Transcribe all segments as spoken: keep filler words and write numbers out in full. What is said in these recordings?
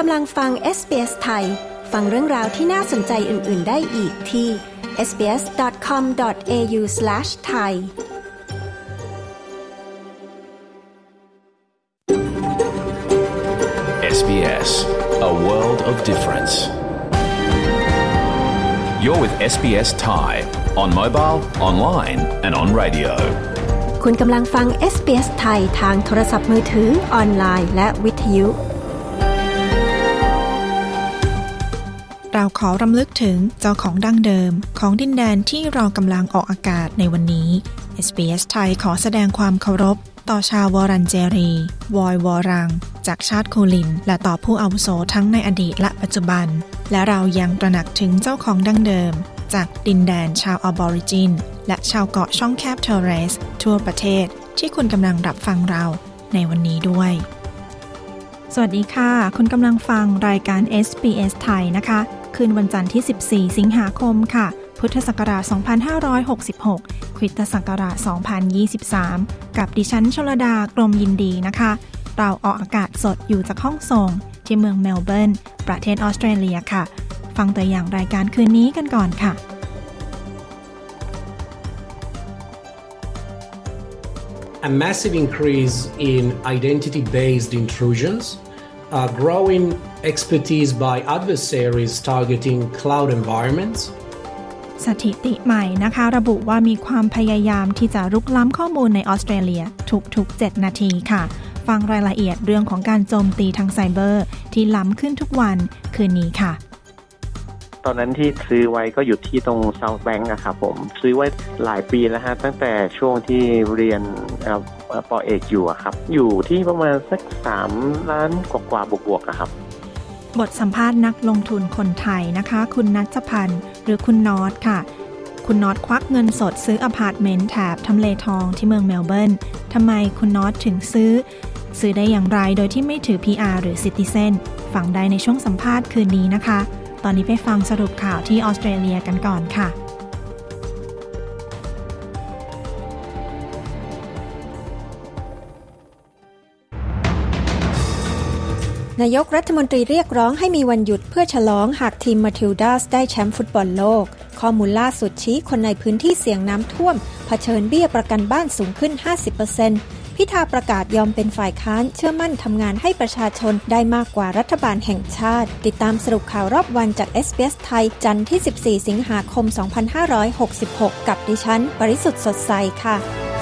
กำลังฟัง เอส บี เอส ไทยฟังเรื่องราวที่น่าสนใจอื่นๆได้อีกที่ เอส บี เอส ดอท คอม ดอท เอ ยู สแลช ไทยเอส บี เอส, a world of difference. You're with เอส บี เอส Thai on mobile, online and on radio. คุณกำลังฟัง เอส บี เอส ไทยทางโทรศัพท์มือถือออนไลน์และวิทยุเราขอรำลึกถึงเจ้าของดั้งเดิมของดินแดนที่เรากำลังออกอากาศในวันนี้ เอส บี เอส ไทยขอแสดงความเคารพต่อชาววอรันเจรีวอยวอรังจากชาติคูลินและต่อผู้อาวุโสทั้งในอดีตและปัจจุบันและเรายังตระหนักถึงเจ้าของดั้งเดิมจากดินแดนชาวออบอริจินและชาวเกาะช่องแคบเทอร์เรสทั่วประเทศที่คุณกำลังรับฟังเราในวันนี้ด้วยสวัสดีค่ะคุณกำลังฟังรายการ เอส บี เอส ไทยนะคะคืนวันจันทร์ที่สิบสี่สิงหาคมค่ะพุทธศักราชสองพันห้าร้อยหกสิบหกคริสตศักราชสองพันยี่สิบสามกับดิฉันชลดากรมยินดีนะคะเราออกอากาศสดอยู่จากห้องส่งที่เมืองเมลเบิร์นประเทศออสเตรเลียค่ะฟังตัวอย่างรายการคืนนี้กันก่อนค่ะ A massive increase in identity-based intrusions,Uh, growing expertise by adversaries targeting cloud environments. สถิติใหม่นะคะระบุว่ามีความพยายามที่จะรุกล้ำข้อมูลในออสเตรเลียทุกๆเจ็ดนาทีค่ะฟังรายละเอียดเรื่องของการโจมตีทางไซเบอร์ที่ล้ำขึ้นทุกวันคืนนี้ค่ะตอนนั้นที่ซื้อไว้ก็อยู่ที่ตรง South Bank อะครับผมซื้อไว้หลายปีแล้วฮะตั้งแต่ช่วงที่เรียนป.เอกอยู่อะครับอยู่ที่ประมาณสักสามล้านกว่าๆบวกๆอะครับบทสัมภาษณ์นักลงทุนคนไทยนะคะคุณณัฐพันธ์หรือคุณน็อตค่ะคุณน็อตควักเงินสดซื้ออพาร์ตเมนต์แถบทำเลทองที่เมืองเมลเบิร์นทำไมคุณน็อตถึงซื้อซื้อได้อย่างไรโดยที่ไม่ถือ พี อาร์ หรือ Citizen ฟังได้ในช่วงสัมภาษณ์คืนนี้นะคะตอนนี้ไปฟังสรุปข่าวที่ออสเตรเลียกันก่อนค่ะนายกรัฐมนตรีเรียกร้องให้มีวันหยุดเพื่อฉลองหากทีมมาทิลดาสได้แชมป์ฟุตบอลโลกข้อมูลล่าสุดชี้คนในพื้นที่เสี่ยงน้ำท่วมเผชิญเบี้ยประกันบ้านสูงขึ้น ห้าสิบเปอร์เซ็นต์ พิธาประกาศยอมเป็นฝ่ายค้านเชื่อมั่นทำงานให้ประชาชนได้มากกว่ารัฐบาลแห่งชาติติดตามสรุปข่าวรอบวันจาก เอส บี เอส ไทยจันทร์ที่สิบสี่สิงหาคมสองพันห้าร้อยหกสิบหกกับดิฉันปริสุทธิ์สดใสค่ะ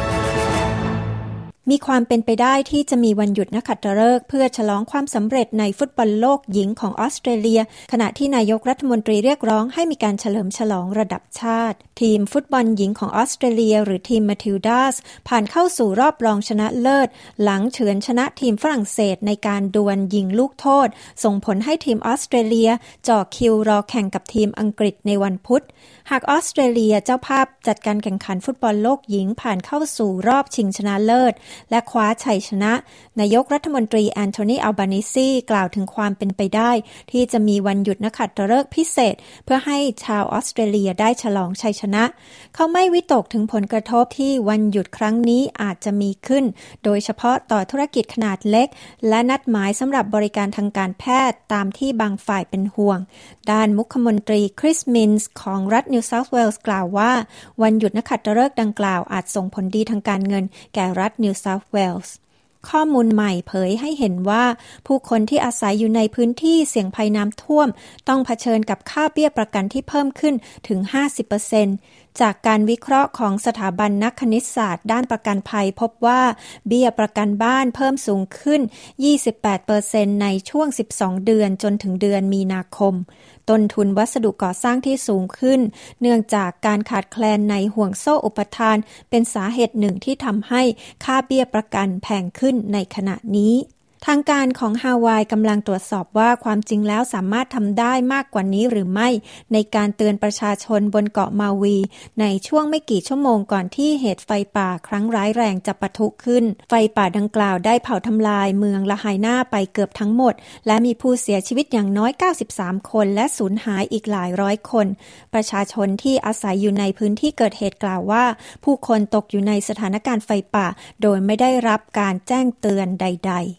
มีความเป็นไปได้ที่จะมีวันหยุดนักขัตฤกษ์เพื่อฉลองความสำเร็จในฟุตบอลโลกหญิงของออสเตรเลียขณะที่นายกรัฐมนตรีเรียกร้องให้มีการเฉลิมฉลองระดับชาติทีมฟุตบอลหญิงของออสเตรเลียหรือทีมมาทิลดาสผ่านเข้าสู่รอบรองชนะเลิศหลังเฉือนชนะทีมฝรั่งเศสในการดวลยิงลูกโทษส่งผลให้ทีมออสเตรเลียจ่อคิวรอแข่งกับทีมอังกฤษในวันพุธหากออสเตรเลียเจ้าภาพจัดการแข่งขันฟุตบอลโลกหญิงผ่านเข้าสู่รอบชิงชนะเลิศและคว้าชัยชนะนายกรัฐมนตรีแอนโทนีอัลบานิซีกล่าวถึงความเป็นไปได้ที่จะมีวันหยุดนักขัตฤกษ์พิเศษเพื่อให้ชาวออสเตรเลียได้ฉลองชัยชนะเขาไม่วิตกถึงผลกระทบที่วันหยุดครั้งนี้อาจจะมีขึ้นโดยเฉพาะต่อธุรกิจขนาดเล็กและนัดหมายสำหรับบริการทางการแพทย์ตามที่บางฝ่ายเป็นห่วงด้านมุขมนตรีคริสมินส์ของรัฐนิวเซาท์เวลส์กล่าวว่าวันหยุดนักขัตฤกษ์ดังกล่าวอาจส่งผลดีทางการเงินแก่รัฐนิวเซาท์เวลส์ข้อมูลใหม่เผยให้เห็นว่าผู้คนที่อาศัยอยู่ในพื้นที่เสี่ยงภัยน้ำท่วมต้องเผชิญกับค่าเบี้ยประกันที่เพิ่มขึ้นถึง ห้าสิบเปอร์เซ็นต์ จากการวิเคราะห์ของสถาบันนักคณิตศาสตร์ด้านประกันภัยพบว่าเบี้ยประกันบ้านเพิ่มสูงขึ้น ยี่สิบแปดเปอร์เซ็นต์ ในช่วงสิบสองเดือนจนถึงเดือนมีนาคมต้นทุนวัสดุก่อสร้างที่สูงขึ้นเนื่องจากการขาดแคลนในห่วงโซ่อุปทานเป็นสาเหตุหนึ่งที่ทำให้ค่าเบี้ยประกันแพงขึ้นในขณะนี้ทางการของฮาวายกำลังตรวจสอบว่าความจริงแล้วสามารถทำได้มากกว่านี้หรือไม่ในการเตือนประชาชนบนเกาะมาวีในช่วงไม่กี่ชั่วโมงก่อนที่เหตุไฟป่าครั้งร้ายแรงจะปะทุขึ้นไฟป่าดังกล่าวได้เผาทำลายเมืองละไฮน่าไปเกือบทั้งหมดและมีผู้เสียชีวิตอย่างน้อยเก้าสิบสามคนและสูญหายอีกหลายร้อยคนประชาชนที่อาศัยอยู่ในพื้นที่เกิดเหตุกล่าวว่าผู้คนตกอยู่ในสถานการณ์ไฟป่าโดยไม่ได้รับการแจ้งเตือนใดๆ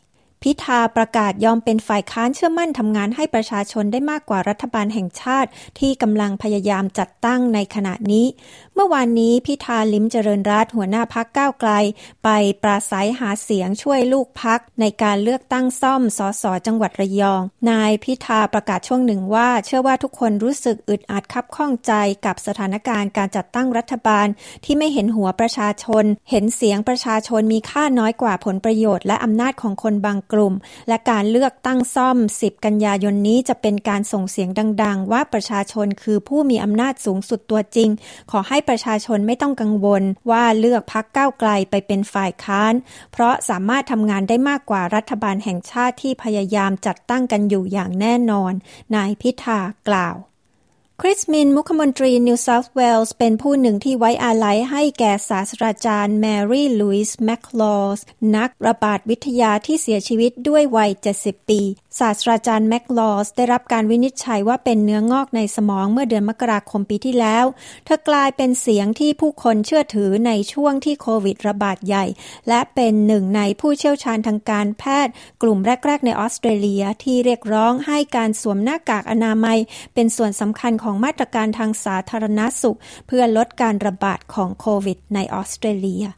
พิธาประกาศยอมเป็นฝ่ายค้านเชื่อมั่นทำงานให้ประชาชนได้มากกว่ารัฐบาลแห่งชาติที่กำลังพยายามจัดตั้งในขณะนี้เมื่อวานนี้พิธาลิ้มเจริญรัตน์หัวหน้าพรรคก้าวไกลไปปราศัยหาเสียงช่วยลูกพรรคในการเลือกตั้งซ่อมสสจังหวัดระยองนายพิธาประกาศช่วงหนึ่งว่าเชื่อว่าทุกคนรู้สึกอึดอัดคับข้องใจกับสถานการณ์การจัดตั้งรัฐบาลที่ไม่เห็นหัวประชาชนเห็นเสียงประชาชนมีค่าน้อยกว่าผลประโยชน์และอำนาจของคนบางกลุ่มและการเลือกตั้งซ่อมสิบกันยายนนี้จะเป็นการส่งเสียงดังๆว่าประชาชนคือผู้มีอำนาจสูงสุดตัวจริงขอให้ประชาชนไม่ต้องกังวลว่าเลือกพรรคก้าวไกลไปเป็นฝ่ายค้านเพราะสามารถทำงานได้มากกว่ารัฐบาลแห่งชาติที่พยายามจัดตั้งกันอยู่อย่างแน่นอนนายพิธากล่าวคริสมินมุขมนตรีนิวเซาท์เวลส์เป็นผู้หนึ่งที่ไว้อาลัยให้แก่ศาสตราจารย์แมรี่ลุยส์แมคลอสนักระบาดวิทยาที่เสียชีวิตด้วยวัยเจ็ดสิบปีศาสตราจารย์แมคลอสได้รับการวินิจฉัยว่าเป็นเนื้องอกในสมองเมื่อเดือนมกราคมปีที่แล้วเธอกลายเป็นเสียงที่ผู้คนเชื่อถือในช่วงที่โควิดระบาดใหญ่และเป็นหนึ่งในผู้เชี่ยวชาญทางการแพทย์กลุ่มแรกๆในออสเตรเลียที่เรียกร้องให้การสวมหน้ากากอนามัยเป็นส่วนสำคัญของมาตรการทางสาธารณสุขเพื่อลดการระบาดของโควิดในออสเตรเลีย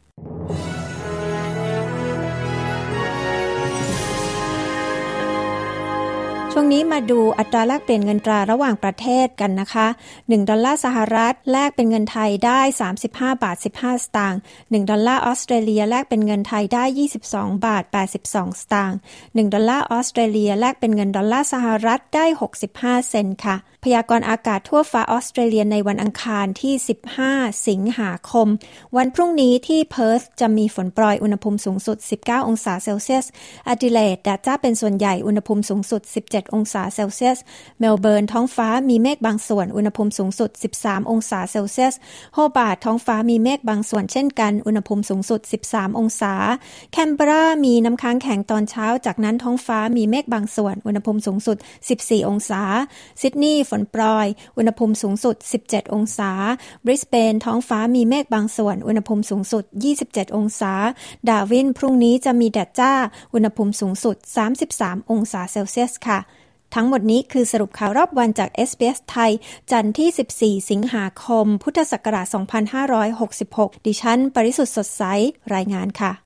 ช่วงนี้มาดูอัตราแลกเปลี่ยนเงินตราระหว่างประเทศกันนะคะหนึ่งดอลลาร์สหรัฐแลกเป็นเงินไทยได้สามสิบห้าบาทสิบห้าสตางค์หนึ่งดอลลาร์ออสเตรเลียแลกเป็นเงินไทยได้ยี่สิบสองบาทแปดสิบสองสตางค์หนึ่งดอลลาร์ออสเตรเลียแลกเป็นเงินดอลลาร์สหรัฐได้หกสิบห้าเซนต์ค่ะพยากรณ์อากาศทั่วฟ้าออสเตรเลียในวันอังคารที่สิบห้าสิงหาคมวันพรุ่งนี้ที่เพิร์ธจะมีฝนโปรยอุณหภูมิสูงสุดสิบเก้าองศาเซลเซียสแอดิเลดแดดจ้าเป็นส่วนใหญ่อุณหภูมิสูงสุดสิบเจ็ดองศาเซลเซียสเมลเบิร์นท้องฟ้ามีเมฆบางส่วนอุณหภูมิสูงสุดสิบสามองศาเซลเซียสโฮบาร์ตท้องฟ้ามีเมฆบางส่วนเช่นกันอุณหภูมิสูงสุดสิบสามองศาแคนเบรามีน้ำค้างแข็งตอนเช้าจากนั้นท้องฟ้ามีเมฆบางส่วนอุณหภูมิสูงสุดสิบสี่องศาซิดนีย์ฝนโปรยอุณหภูมิสูงสุดสิบเจ็ดองศาบริสเบนท้องฟ้ามีเมฆบางส่วนอุณหภูมิสูงสุดยี่สิบเจ็ดองศาดาร์วินพรุ่งนี้จะมีแดดจ้าอุณหภูมิสูงสุดสามสิบสามองศาเซลเซียสค่ะทั้งหมดนี้คือสรุปข่าวรอบวันจาก เอส บี เอส ไทยจันทร์ที่สิบสี่สิงหาคมพุทธศักราชสองพันห้าร้อยหกสิบหกดิฉันปริสุทธิ์สดใสรายงานค่ะ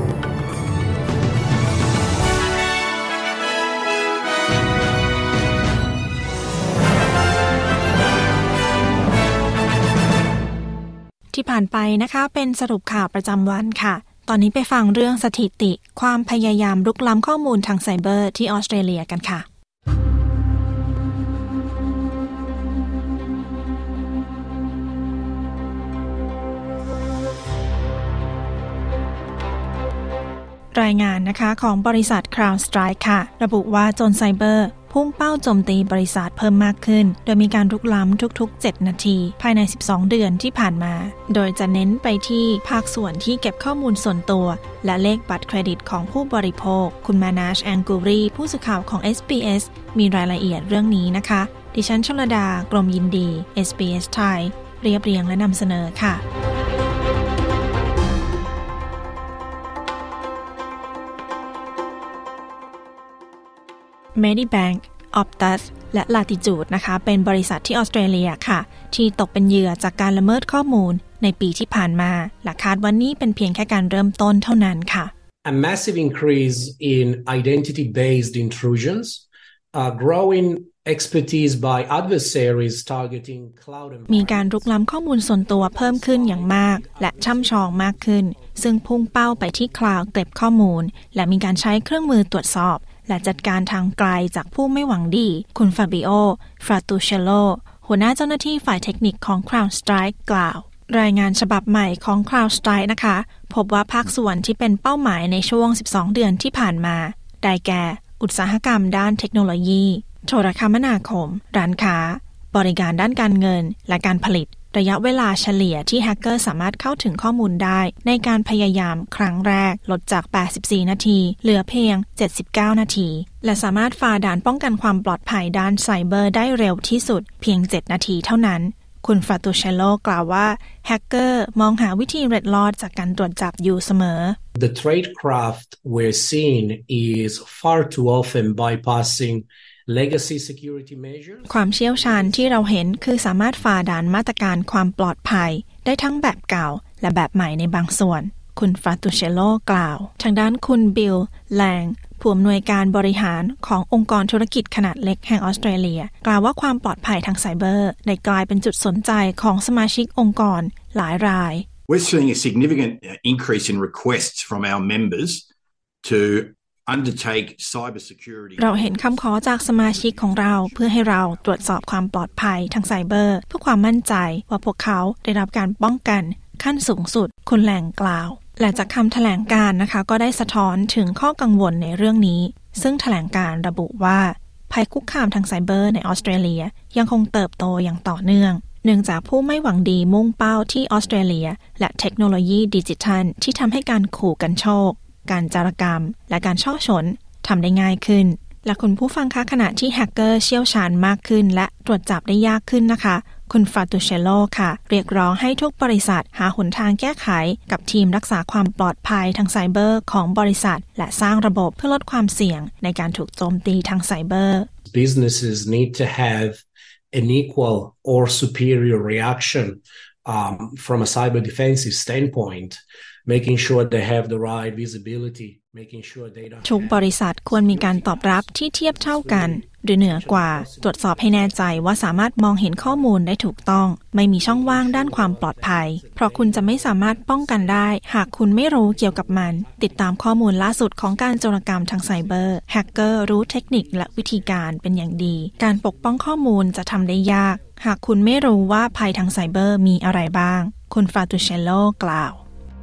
ที่ผ่านไปนะคะเป็นสรุปข่าวประจำวันค่ะตอนนี้ไปฟังเรื่องสถิติความพยายามรุกล้ำข้อมูลทางไซเบอร์ที่ออสเตรเลียกันค่ะรายงานนะคะของบริษัท CrowdStrike ค่ะระบุว่าโจรไซเบอร์พุ่งเป้าโจมตีบริษัทเพิ่มมากขึ้นโดยมีการรุกล้ำทุกๆเจ็ดนาทีภายในสิบสองเดือนที่ผ่านมาโดยจะเน้นไปที่ภาคส่วนที่เก็บข้อมูลส่วนตัวและเลขบัตรเครดิตของผู้บริโภคคุณมานาชแองกูรีผู้สื่อข่าวของ เอส บี เอส มีรายละเอียดเรื่องนี้นะคะดิฉันชลดากรมยินดี เอส บี เอส ไทยเรียบเรียงและนำเสนอค่ะMedibank, Optus และ Latitude นะคะเป็นบริษัทที่ออสเตรเลียค่ะที่ตกเป็นเหยื่อจากการละเมิดข้อมูลในปีที่ผ่านมาและคาดว่านี่เป็นเพียงแค่การเริ่มต้นเท่านั้นค่ะ A massive increase in identity-based intrusions, uh, growing expertise by adversaries targeting cloud environments มีการรุกล้ำข้อมูลส่วนตัวเพิ่มขึ้นอย่างมากและช่ำชองมากขึ้นซึ่งพุ่งเป้าไปที่คลาวด์เก็บข้อมูลและมีการใช้เครื่องมือตรวจสอบและจัดการทางไกลจากผู้ไม่หวังดีคุณฟาบิโอ ฟราตูเชโลหัวหน้าเจ้าหน้าที่ฝ่ายเทคนิคของ CrowdStrike กล่าวรายงานฉบับใหม่ของ CrowdStrike นะคะพบว่าภาคส่วนที่เป็นเป้าหมายในช่วงสิบสองเดือนที่ผ่านมาได้แก่อุตสาหกรรมด้านเทคโนโลยีโทรคมนาคมร้านค้าบริการด้านการเงินและการผลิตระยะเวลาเฉลี่ยที่แฮกเกอร์สามารถเข้าถึงข้อมูลได้ในการพยายามครั้งแรกลดจากแปดสิบสี่นาทีเหลือเพียงเจ็ดสิบเก้านาทีและสามารถฝ่าด่านป้องกันความปลอดภัยด้านไซเบอร์ได้เร็วที่สุดเพียงเจ็ดนาทีเท่านั้นคุณฟาตูเชโลกล่าวว่าแฮกเกอร์มองหาวิธีเล็ดลอดจากการตรวจจับอยู่เสมอ The tradecraft we're seeing is far too often bypassing legacy security measures ความเชี่ยวชาญที่เราเห็นคือสามารถฝ่าด่านมาตรการความปลอดภัยได้ทั้งแบบเก่าและแบบใหม่ในบางส่วนคุณฟาตูเชโลกล่าวทางด้านคุณบิลแลงผู้อำนวยการบริหารขององค์กรธุรกิจขนาดเล็กแห่งออสเตรเลียกล่าวว่าความปลอดภัยทางไซเบอร์ได้กลายเป็นจุดสนใจของสมาชิกองค์กรหลายราย We're seeing a significant increase in requests from our members to undertake cyber security เราเห็นคำขอจากสมาชิกของเราเพื่อให้เราตรวจสอบความปลอดภัยทางไซเบอร์เพื่อความมั่นใจว่าพวกเขาได้รับการป้องกันขั้นสูงสุดคุณแหล่งกล่าวและจากคำแถลงการนะคะก็ได้สะท้อนถึงข้อกังวลในเรื่องนี้ซึ่งแถลงการระบุว่าภัยคุกคามทางไซเบอร์ในออสเตรเลียยังคงเติบโตอย่างต่อเนื่องเนื่องจากผู้ไม่หวังดีมุ่งเป้าที่ออสเตรเลียและเทคโนโลยีดิจิทัลที่ทำให้การขู่กันโชคการจารกรรมและการช่อฉนทำได้ง่ายขึ้นและคุณผู้ฟังคะขณะที่แฮกเกอร์เชี่ยวชาญมากขึ้นและตรวจจับได้ยากขึ้นนะคะคุณฟาตูเชโลค่ะเรียกร้องให้ทุกบริษัทหาหนทางแก้ไขกับทีมรักษาความปลอดภัยทางไซเบอร์ของบริษัทและสร้างระบบเพื่อลดความเสี่ยงในการถูกโจมตีทางไซเบอร์ Businesses need to have an equal or superior reaction um, from a cyber defensive standpoint, making sure they have the right visibility, making sure they don't ทุกบริษัทควรมีการตอบรับที่เทียบเท่ากันหรือเหนือกว่าตรวจสอบให้แน่ใจว่าสามารถมองเห็นข้อมูลได้ถูกต้องไม่มีช่องว่างด้านความปลอดภัยเพราะคุณจะไม่สามารถป้องกันได้หากคุณไม่รู้เกี่ยวกับมันติดตามข้อมูลล่าสุดของการโจรกรรมทางไซเบอร์แฮกเกอร์รู้เทคนิคและวิธีการเป็นอย่างดีการปกป้องข้อมูลจะทำได้ยากหากคุณไม่รู้ว่าภัยทางไซเบอร์มีอะไรบ้างคุณฟาตูเชโลกล่าว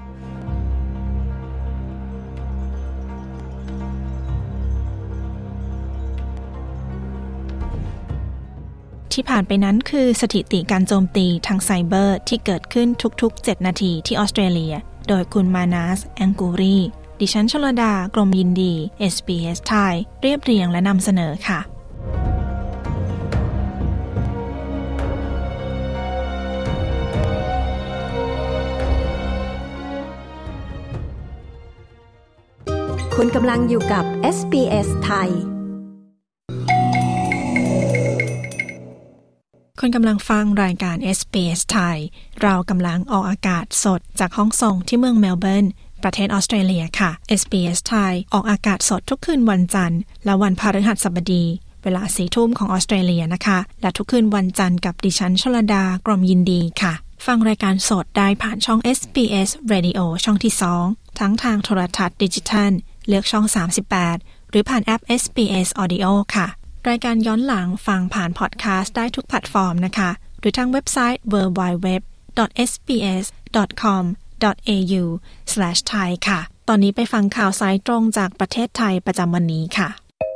ที่ผ่านไปนั้นคือสถิติการโจมตีทางไซเบอร์ที่เกิดขึ้นทุกๆเจ็ดนาทีที่ออสเตรเลียโดยคุณมานาสแองกูรีดิฉันชลดากรมยินดี เอส บี เอส ไทยเรียบเรียงและนำเสนอค่ะคุณกำลังอยู่กับ เอส บี เอส ไทยคุณกำลังฟังรายการ เอส บี เอส ไทยเรากำลังออกอากาศสดจากห้องส่งที่เมืองเมลเบิร์นประเทศออสเตรเลียค่ะ เอส บี เอส ไทยออกอากาศสดทุกคืนวันจันทร์และวันพฤหัสบดีเวลาสี่ทุ่มของออสเตรเลียนะคะและทุกคืนวันจันทร์กับดิฉันชลดากรมยินดีค่ะฟังรายการสดได้ผ่านช่อง เอส บี เอส Radio ช่องที่สองทั้งทางโทรทัศน์ดิจิทัลเลือกช่องสามสิบแปดหรือผ่านแอป เอส บี เอส Audio ค่ะรายการย้อนหลังฟังผ่านพอดแคสต์ได้ทุกแพลตฟอร์มนะคะหรือทางเว็บไซต์ ดับเบิลยู ดับเบิลยู ดับเบิลยู ดอท เอส บี เอส ดอท คอม ดอท เอ ยู สแลช ไทย ค่ะตอนนี้ไปฟังข่าวสายตรงจากประเทศไทยประจำวันนี้ค่ะ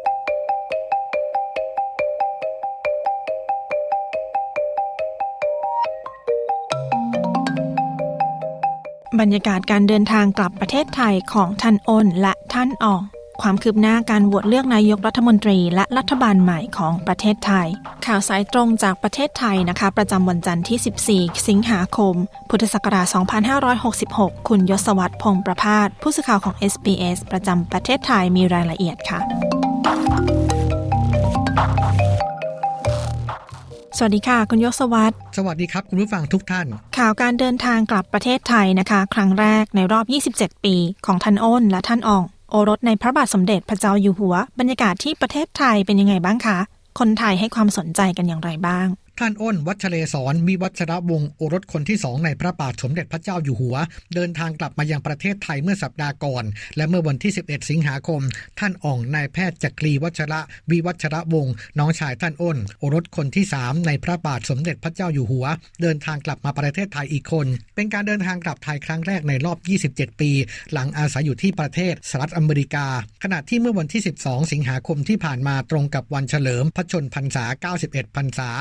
บรรยากาศการเดินทางกลับประเทศไทยของท่านอ้นและท่านอ่องความคืบหน้าการโหวตเลือกนายกรัฐมนตรีและรัฐบาลใหม่ของประเทศไทยข่าวสายตรงจากประเทศไทยนะคะประจำวันจันทร์ที่สิบสี่สิงหาคมพุทธศักราชสองพันห้าร้อยหกสิบหกคุณยศวัฒน์พงษ์ประภาสผู้สื่อข่าวของ เอส บี เอส ประจำประเทศไทยมีรายละเอียดค่ะสวัสดีค่ะคุณยศวัฒน์สวัสดีครับคุณผู้ฟังทุกท่านข่าวการเดินทางกลับประเทศไทยนะคะครั้งแรกในรอบยี่สิบเจ็ดปีของท่านอ้นและท่านอ่องโอรสในพระบาทสมเด็จพระเจ้าอยู่หัวบรรยากาศที่ประเทศไทยเป็นยังไงบ้างคะคนไทยให้ความสนใจกันอย่างไรบ้างท่านอ้นวัชเรศรวิวัชรวงศ์โอรสคนที่สองในพระบาทสมเด็จพระเจ้าอยู่หัวเดินทางกลับมายังประเทศไทยเมื่อสัปดาห์ก่อนและเมื่อวันที่สิบเอ็ดสิงหาคมท่านอ่องนายแพทย์จักรีวัชระวิวัชรวงศ์น้องชายท่านอ้นโอรสคนที่สามในพระบาทสมเด็จพระเจ้าอยู่หัวเดินทางกลับมาประเทศไทยอีกคนเป็นการเดินทางกลับไทยครั้งแรกในรอบยี่สิบเจ็ดปีหลังอาศัยอยู่ที่ประเทศสหรัฐอเมริกาขณะที่เมื่อวันที่สิบสองสิงหาคมที่ผ่านมาตรงกับวันเฉลิมพระชนมพรรษาเก้าสิบเอ็ดพรรษาสม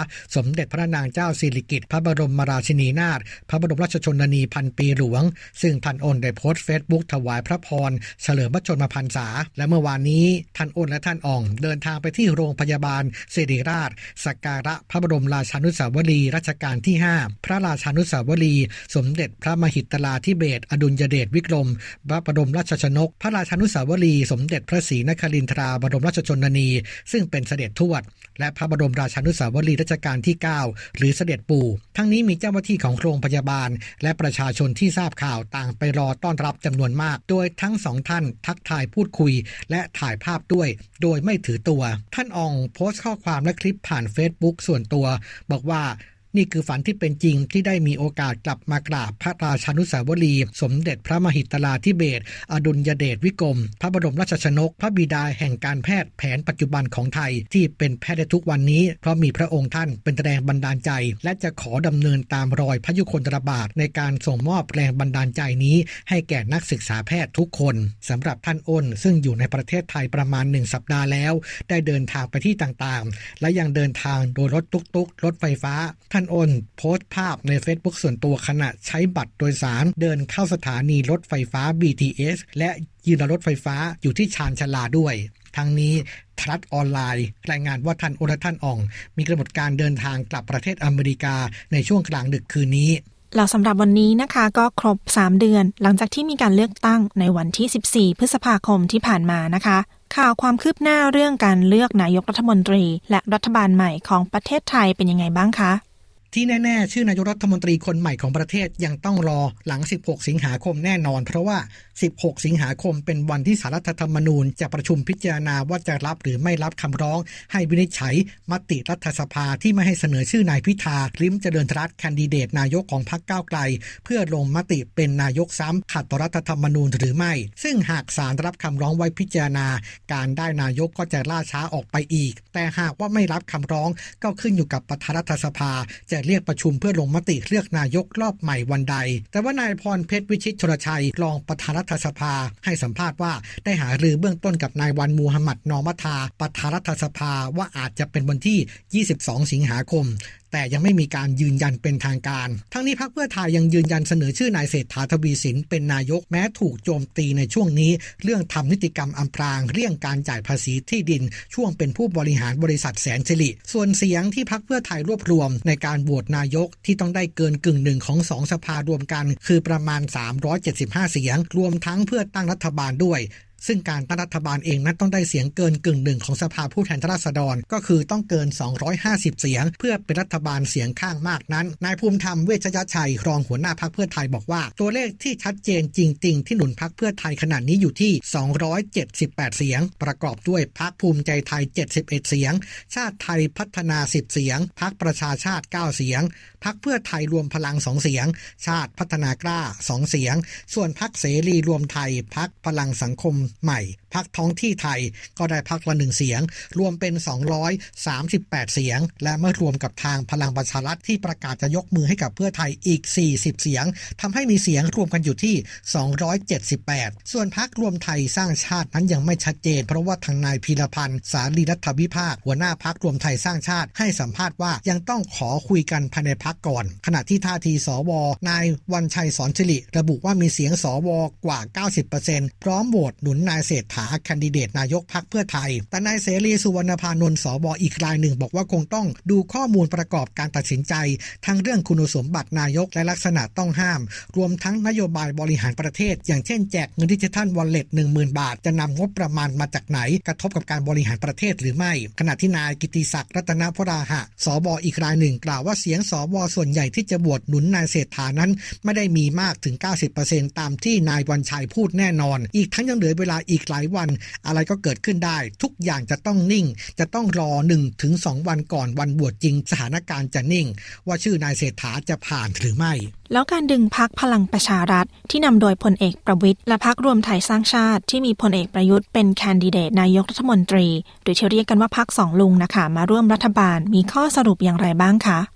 มเด็จพระนางเจ้าสิริกิติ์พระบรมราชินีนาถพระบรมราชชนนีพันปีหลวงซึ่งท่านอ้นได้โพสต์ Facebook ถวายพระพรเฉลิมพระชนมพรรษาและเมื่อวานนี้ท่านอ้นและท่านอ่องเดินทางไปที่โรงพยาบาลศิริราชสักการะพระบรมราชานุสาวรีย์รัชกาลที่ห้าพระราชานุสาวรีย์สมเด็จพระมหิตลาธิเบศรอดุลยเดชวิกรมพระบรมราชชนกพระราชานุสาวรีย์สมเด็จพระศรีนครินทราบรมราชชนนีซึ่งเป็นเสด็จทวดและพระบรมราชานุสาวรีย์รัชกาลที่เก้าหรือเสด็จปู่ทั้งนี้มีเจ้าหน้าที่ของโรงพยาบาลและประชาชนที่ทราบข่าวต่างไปรอต้อนรับจำนวนมากโดยทั้งสองท่านทักทายพูดคุยและถ่ายภาพด้วยโดยไม่ถือตัวท่านอ่องโพสต์ข้อความและคลิปผ่าน Facebook ส่วนตัวบอกว่านี่คือฝันที่เป็นจริงที่ได้มีโอกาสกลับมากราบพระราชานุสาวรีย์สมเด็จพระมหิตลาธิเบศรอดุลยเดชวิกรมพระบรมราชชนกพระบิดาแห่งการแพทย์แผนปัจจุบันของไทยที่เป็นแพทย์ได้ทุกวันนี้เพราะมีพระองค์ท่านเป็นแรงบันดาลใจและจะขอดำเนินตามรอยพระยุคลบาทในการส่งมอบแรงบันดาลใจนี้ให้แก่นักศึกษาแพทย์ทุกคนสำหรับท่านอ้นซึ่งอยู่ในประเทศไทยประมาณหนึ่งสัปดาห์แล้วได้เดินทางไปที่ต่างๆและยังเดินทางโดยรถตุ๊กๆรถไฟฟ้าท่านอ้นโพสต์ภาพใน Facebook ส่วนตัวขณะใช้บัตรโดยสารเดินเข้าสถานีรถไฟฟ้า บี ที เอส และยืนรถไฟฟ้าอยู่ที่ชานชาลาด้วยทั้งนี้ทรัฐออนไลน์รายงานว่าท่านอ้นและท่านอ่องมีกำหนดการเดินทางกลับประเทศอเมริกาในช่วงกลางดึกคืนนี้แล้วสำหรับวันนี้นะคะก็ครบสามเดือนหลังจากที่มีการเลือกตั้งในวันที่สิบสี่พฤษภาคมที่ผ่านมานะคะข่าวความคืบหน้าเรื่องการเลือกนายกรัฐมนตรีและรัฐบาลใหม่ของประเทศไทยเป็นยังไงบ้างคะที่แน่ๆชื่อนายกรัฐมนตรีคนใหม่ของประเทศยังต้องรอหลังสิบหกสิงหาคมแน่นอนเพราะว่าสิบหกสิงหาคมเป็นวันที่ศาลรัฐธรรมนูญจะประชุมพิจารณาว่าจะรับหรือไม่รับคำร้องให้วินิจฉัยมติรัฐสภาที่ไม่ให้เสนอชื่อนายพิธาลิ้มเจริญรัตน์แคนดิเดตนายกของพรรคก้าวไกลเพื่อลงมติเป็นนายกซ้ำขัดต่อรัฐธรรมนูญหรือไม่ซึ่งหากศาลรับคำร้องไว้พิจารณาการได้นายกก็จะล่าช้าออกไปอีกแต่หากว่าไม่รับคำร้องก็ขึ้นอยู่กับประธานรัฐสภาจะเรียกประชุมเพื่อลงมติเลือกนายกรอบใหม่วันใดแต่ว่านายพรเพชรวิชิตชลชัยรองประธานรัฐสภาให้สัมภาษณ์ว่าได้หารือเบื้องต้นกับนายวันมูฮัมหมัดนอมัทาประธานรัฐสภาว่าอาจจะเป็นวันที่ยี่สิบสองสิงหาคมแต่ยังไม่มีการยืนยันเป็นทางการทั้งนี้พรรคเพื่อไทยยังยืนยันเสนอชื่อนายเศรษฐาทวีสินเป็นนายกแม้ถูกโจมตีในช่วงนี้เรื่องทำนิติกรรมอำพรางเรื่องการจ่ายภาษีที่ดินช่วงเป็นผู้บริหารบริษัทแสนสิริส่วนเสียงที่พรรคเพื่อไทยรวบรวมในการโหวตนายกที่ต้องได้เกินกึ่งหนึ่งของสองสภารวมกันคือประมาณสามร้อยเจ็ดสิบห้าเสียงรวมทั้งเพื่อตั้งรัฐบาลด้วยซึ่งการตั้งรัฐบาลเองนั้นต้องได้เสียงเกินกึ่งหนึ่งของสภาผู้แทนราษฎรก็คือต้องเกินสองร้อยห้าสิบเสียงเพื่อเป็นรัฐบาลเสียงข้างมากนั้นนายภูมิธรรมเวชยชัยรองหัวหน้าพรรคเพื่อไทยบอกว่าตัวเลขที่ชัดเจนจริงๆที่หนุนพรรคเพื่อไทยขณะนี้อยู่ที่สองร้อยเจ็ดสิบแปดเสียงประกอบด้วยพรรคภูมิใจไทยเจ็ดสิบเอ็ดเสียงชาติไทยพัฒนาสิบเสียงพรรคประชาชาติเก้าเสียงพรรคเพื่อไทยรวมพลังสองเสียงชาติพัฒนากล้าสองเสียงส่วนพรรคเสรีรวมไทยพรรคพลังสังคมใหม่พรรคท้องที่ไทยก็ได้พรรคละหนึ่งเสียงรวมเป็นสองร้อยสามสิบแปดเสียงและเมื่อรวมกับทางพลังประชารัฐที่ประกาศจะยกมือให้กับเพื่อไทยอีกสี่สิบเสียงทำให้มีเสียงรวมกันอยู่ที่สองร้อยเจ็ดสิบแปดส่วนพรรครวมไทยสร้างชาตินั้นยังไม่ชัดเจนเพราะว่าทางนายพีรพันธ์สารีรัฐวิภาคหัวหน้าพรรครวมไทยสร้างชาติให้สัมภาษณ์ว่ายังต้องขอคุยกันภายในพรรคก่อนขณะที่ท่าทีสวนายวันชัยสอนสิริระบุว่ามีเสียงสวกว่า เก้าสิบเปอร์เซ็นต์ พร้อมโหวตหนุนนายเศรษฐาแคนดิเดตนายกพรรคเพื่อไทยแต่นายเสรีสุวรรณพานนท์สวอีกรายหนึ่งบอกว่าคงต้องดูข้อมูลประกอบการตัดสินใจทั้งเรื่องคุณสมบัตินายกและลักษณะต้องห้ามรวมทั้งนโยบายบริหารประเทศอย่างเช่นแจกเงินดิจิทัลวอลเล็ต หนึ่งหมื่น บาทจะนำงบประมาณมาจากไหนกระทบกับการบริหารประเทศหรือไม่ขณะที่นายกิติศักดิ์รัตนพราหะสวอีกรายหนึ่งกล่าวว่าเสียงสวส่วนใหญ่ที่จะโหวตหนุนนายเศรษฐานั้นไม่ได้มีมากถึง เก้าสิบเปอร์เซ็นต์ ตามที่นายวันชัยพูดแน่นอนอีกทั้งยังเหลือเวลาอีกหลายวันอะไรก็เกิดขึ้นได้ทุกอย่างจะต้องนิ่งจะต้องรอ หนึ่งถึงสอง วันก่อนวันโหวตจริงสถานการณ์จะนิ่งว่าชื่อนายเศรษฐาจะผ่านหรือไม่แล้วการดึงพรรคพลังประชารัฐที่นำโดยพลเอกประวิตรและพรรครวมไทยสร้างชาติที่มีพลเอกประยุทธ์เป็นแคนดิเดตนายกรัฐมนตรีหรือที่เรียกกันว่าพรรคสองลุงนะคะมาร่วมรัฐบาลมีข้อสรุปอย่างไรบ้างคะ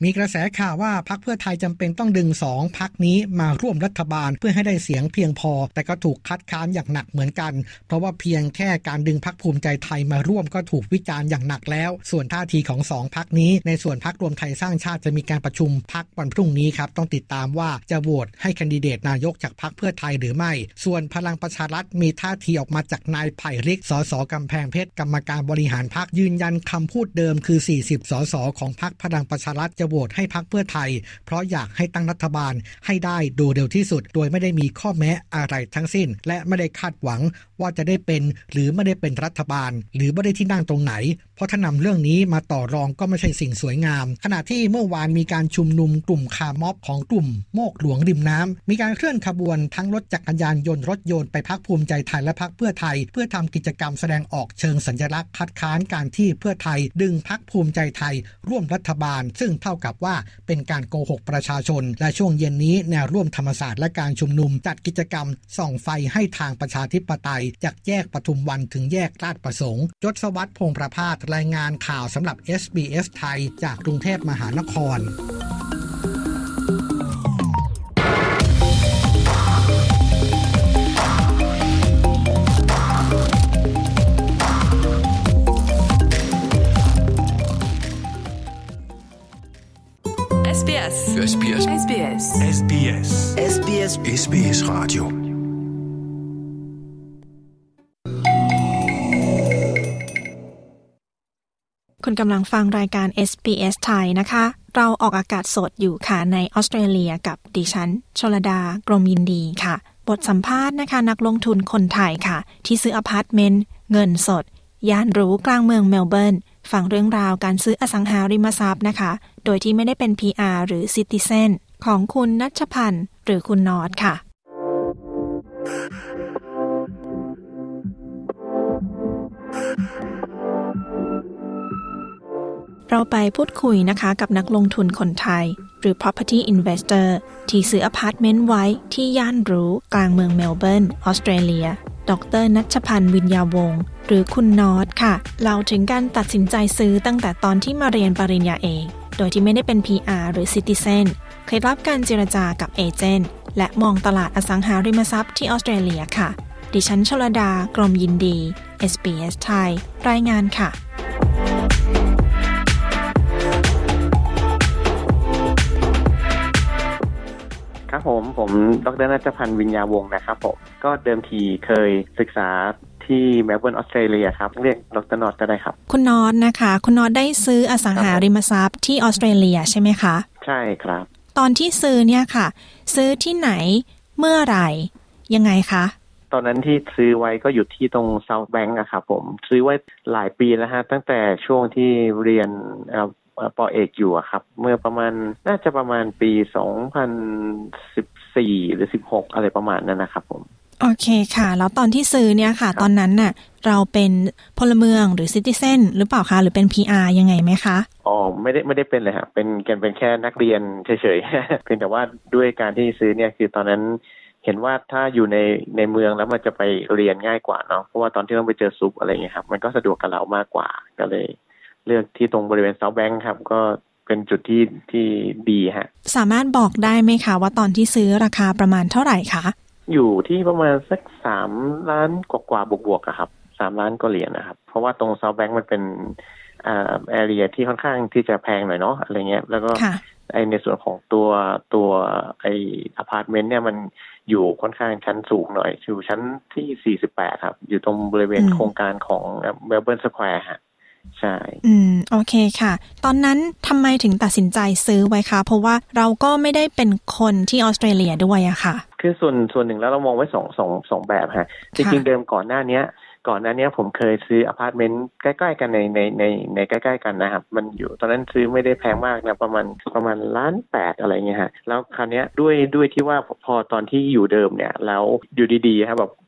มีกระแสข่าวว่าพรรคเพื่อไทยจำเป็นต้องดึงสองพรรคนี้มาร่วมรัฐบาลเพื่อให้ได้เสียงเพียงพอแต่ก็ถูกคัดค้านอย่างหนักเหมือนกันเพราะว่าเพียงแค่การดึงพรรคภูมิใจไทยมาร่วมก็ถูกวิจารณ์อย่างหนักแล้วส่วนท่าทีของสองพรรคนี้ในส่วนพรรครวมไทยสร้างชาติจะมีการประชุมพรรควันพรุ่งนี้ครับต้องติดตามว่าจะโหวตให้แคนดิเดตนายกจากพรรคเพื่อไทยหรือไม่ส่วนพลังประชารัฐมีท่าทีออกมาจากนายไผ่ริกสสกำแพงเพชรกรรมการบริหารพรรคยืนยันคำพูดเดิมคือสี่สิบสสของพรรคพลังประชารัฐจะโหวตให้พรรคเพื่อไทยเพราะอยากให้ตั้งรัฐบาลให้ได้โดยเร็วที่สุดโดยไม่ได้มีข้อแม้อะไรทั้งสิ้นและไม่ได้คาดหวังว่าจะได้เป็นหรือไม่ได้เป็นรัฐบาลหรือไม่ได้ที่นั่งตรงไหนเพราะถ้านำเรื่องนี้มาต่อรองก็ไม่ใช่สิ่งสวยงามขณะที่เมื่อวานมีการชุมนุมกลุ่มคาร์ม็อบของกลุ่มโมกหลวงริมน้ำมีการเคลื่อนขบวนทั้งรถจักรยานยนต์รถยนต์ไปพรรคภูมิใจไทยและพรรคเพื่อไทยเพื่อทำกิจกรรมแสดงออกเชิงสัญลักษณ์คัดค้านการที่เพื่อไทยดึงพรรคภูมิใจไทยร่วมรัฐบาลซึ่งเท่ากับว่าเป็นการโกหกประชาชนและช่วงเย็นนี้แนวร่วมธรรมศาสตร์และการชุมนุมจัดกิจกรรมส่องไฟให้ทางประชาธิปไตยจากแยกปทุมวันถึงแยกราชประสงค์ยศวัฒน์พงษ์ประภาสรายงานข่าวสำหรับ เอส บี เอส ไทยจากกรุงเทพมหานครเอส บี เอส เอส บี เอส เอส บี เอส เอส บี เอส เอส บี เอส เอส บี เอส Radio คุณกำลังฟังรายการ เอส บี เอส ไทยนะคะเราออกอากาศสดอยู่ค่ะในออสเตรเลียกับดิฉันชลดากรมยินดีค่ะบทสัมภาษณ์นะคะนักลงทุนคนไทยค่ะที่ซื้ออพาร์ตเมนต์เงินสดย่านหรูกลางเมืองเมลเบิร์นฟังเรื่องราวการซื้ออสังหาริมทรัพย์นะคะโดยที่ไม่ได้เป็น พี อาร์ หรือ Citizen ของคุณณัชพันธ์หรือคุณนอตค่ะเราไปพูดคุยนะคะกับนักลงทุนคนไทยหรือ property investor ที่ซื้ออพาร์ตเมนต์ไว้ที่ย่านหรูกลางเมืองเมลเบิร์นออสเตรเลียดร.ณัชพันธ์วิญญาวงศ์หรือคุณนอตค่ะเล่าถึงการตัดสินใจซื้อตั้งแต่ตอนที่มาเรียนปริญญาเอกโดยที่ไม่ได้เป็น พี อาร์ หรือ Citizen เคล็ดลับการเจรจากับเอเจนต์และมองตลาดอสังหาริมทรัพย์ที่ออสเตรเลียค่ะดิฉันชลดากรมยินดี เอส บี เอส ไทยรายงานค่ะครับผมผมดร.ณัชพันธ์วิญญาวงศ์นะครับผมก็เดิมทีเคยศึกษาที่เมลเบิร์นออสเตรเลียครับเรียกดร.นอตก็ได้ครับคุณนอตนะคะคุณนอตได้ซื้ออสังหาริมทรัพย์ที่ออสเตรเลียใช่ไหมคะใช่ครับตอนที่ซื้อเนี่ยค่ะซื้อที่ไหนเมื่อไหร่ยังไงคะตอนนั้นที่ซื้อไว้ก็อยู่ที่ตรงเซาท์แบงก์อะครับผมซื้อไว้หลายปีแล้วฮะตั้งแต่ช่วงที่เรียนปอเอกอยู่อะครับเมื่อประมาณน่าจะประมาณปีสองพันสิบสี่หรือสิบหกอะไรประมาณนั้นนะครับผมโอเคค่ะแล้วตอนที่ซื้อเนี่ยค่ะตอนนั้นน่ะเราเป็นพลเมืองหรือซิติเซนหรือเปล่าคะหรือเป็น พี อาร์ ยังไงไหมคะอ๋อไม่ได้ไม่ได้เป็นเลยครับเป็นกันเป็นแค่นักเรียนเฉยๆ เพียงแต่ว่าด้วยการที่ซื้อเนี่ยคือตอนนั้นเห็นว่าถ้าอยู่ในในเมืองแล้วมันจะไปเรียนง่ายกว่าเนาะเพราะว่าตอนที่ต้องไปเจอซุปอะไรอย่างเงี้ยครับมันก็สะดวกกับเรามากกว่าก็เลยเลือกที่ตรงบริเวณเซาท์แบงก์ครับก็เป็นจุดที่ที่ดีฮะสามารถบอกได้ไหมคะว่าตอนที่ซื้อราคาประมาณเท่าไหร่คะอยู่ที่ประมาณสักสามล้านกว่าๆบวกๆครับสามล้านกว่าเหรียญนะครับเพราะว่าตรงเซาท์แบงก์มันเป็นอ่าแอเรียที่ค่อนข้างที่จะแพงหน่อยเนาะอะไรเงี้ยแล้วก็ไอในส่วนของตัวตัวไออพาร์ตเมนต์เนี่ยมันอยู่ค่อนข้างชั้นสูงหน่อยอยู่ชั้นที่สี่สิบแปดครับอยู่ตรงบริเวณโครงการของเมลเบิร์นสแควร์ฮะใช่อืมโอเคค่ะตอนนั้นทำไมถึงตัดสินใจซื้อไว้คะเพราะว่าเราก็ไม่ได้เป็นคนที่ออสเตรเลียด้วยอะค่ะคือส่วนส่วนหนึ่งแล้วเรามองไว้สองสองสองแบบฮะจริงๆเดิมก่อนหน้านี้ก่อนหน้านี้ผมเคยซื้ออพาร์ตเมนต์ใกล้ๆกันในในในในใกล้ๆกันนะครับมันอยู่ตอนนั้นซื้อไม่ได้แพงมากนะประมาณประมาณล้านแปดอะไรเงี้ยฮะแล้วคราวนี้ด้วยด้วยที่ว่าพอตอนที่อยู่เดิมเนี่ยแล้วอยู่ดีๆครับแบบ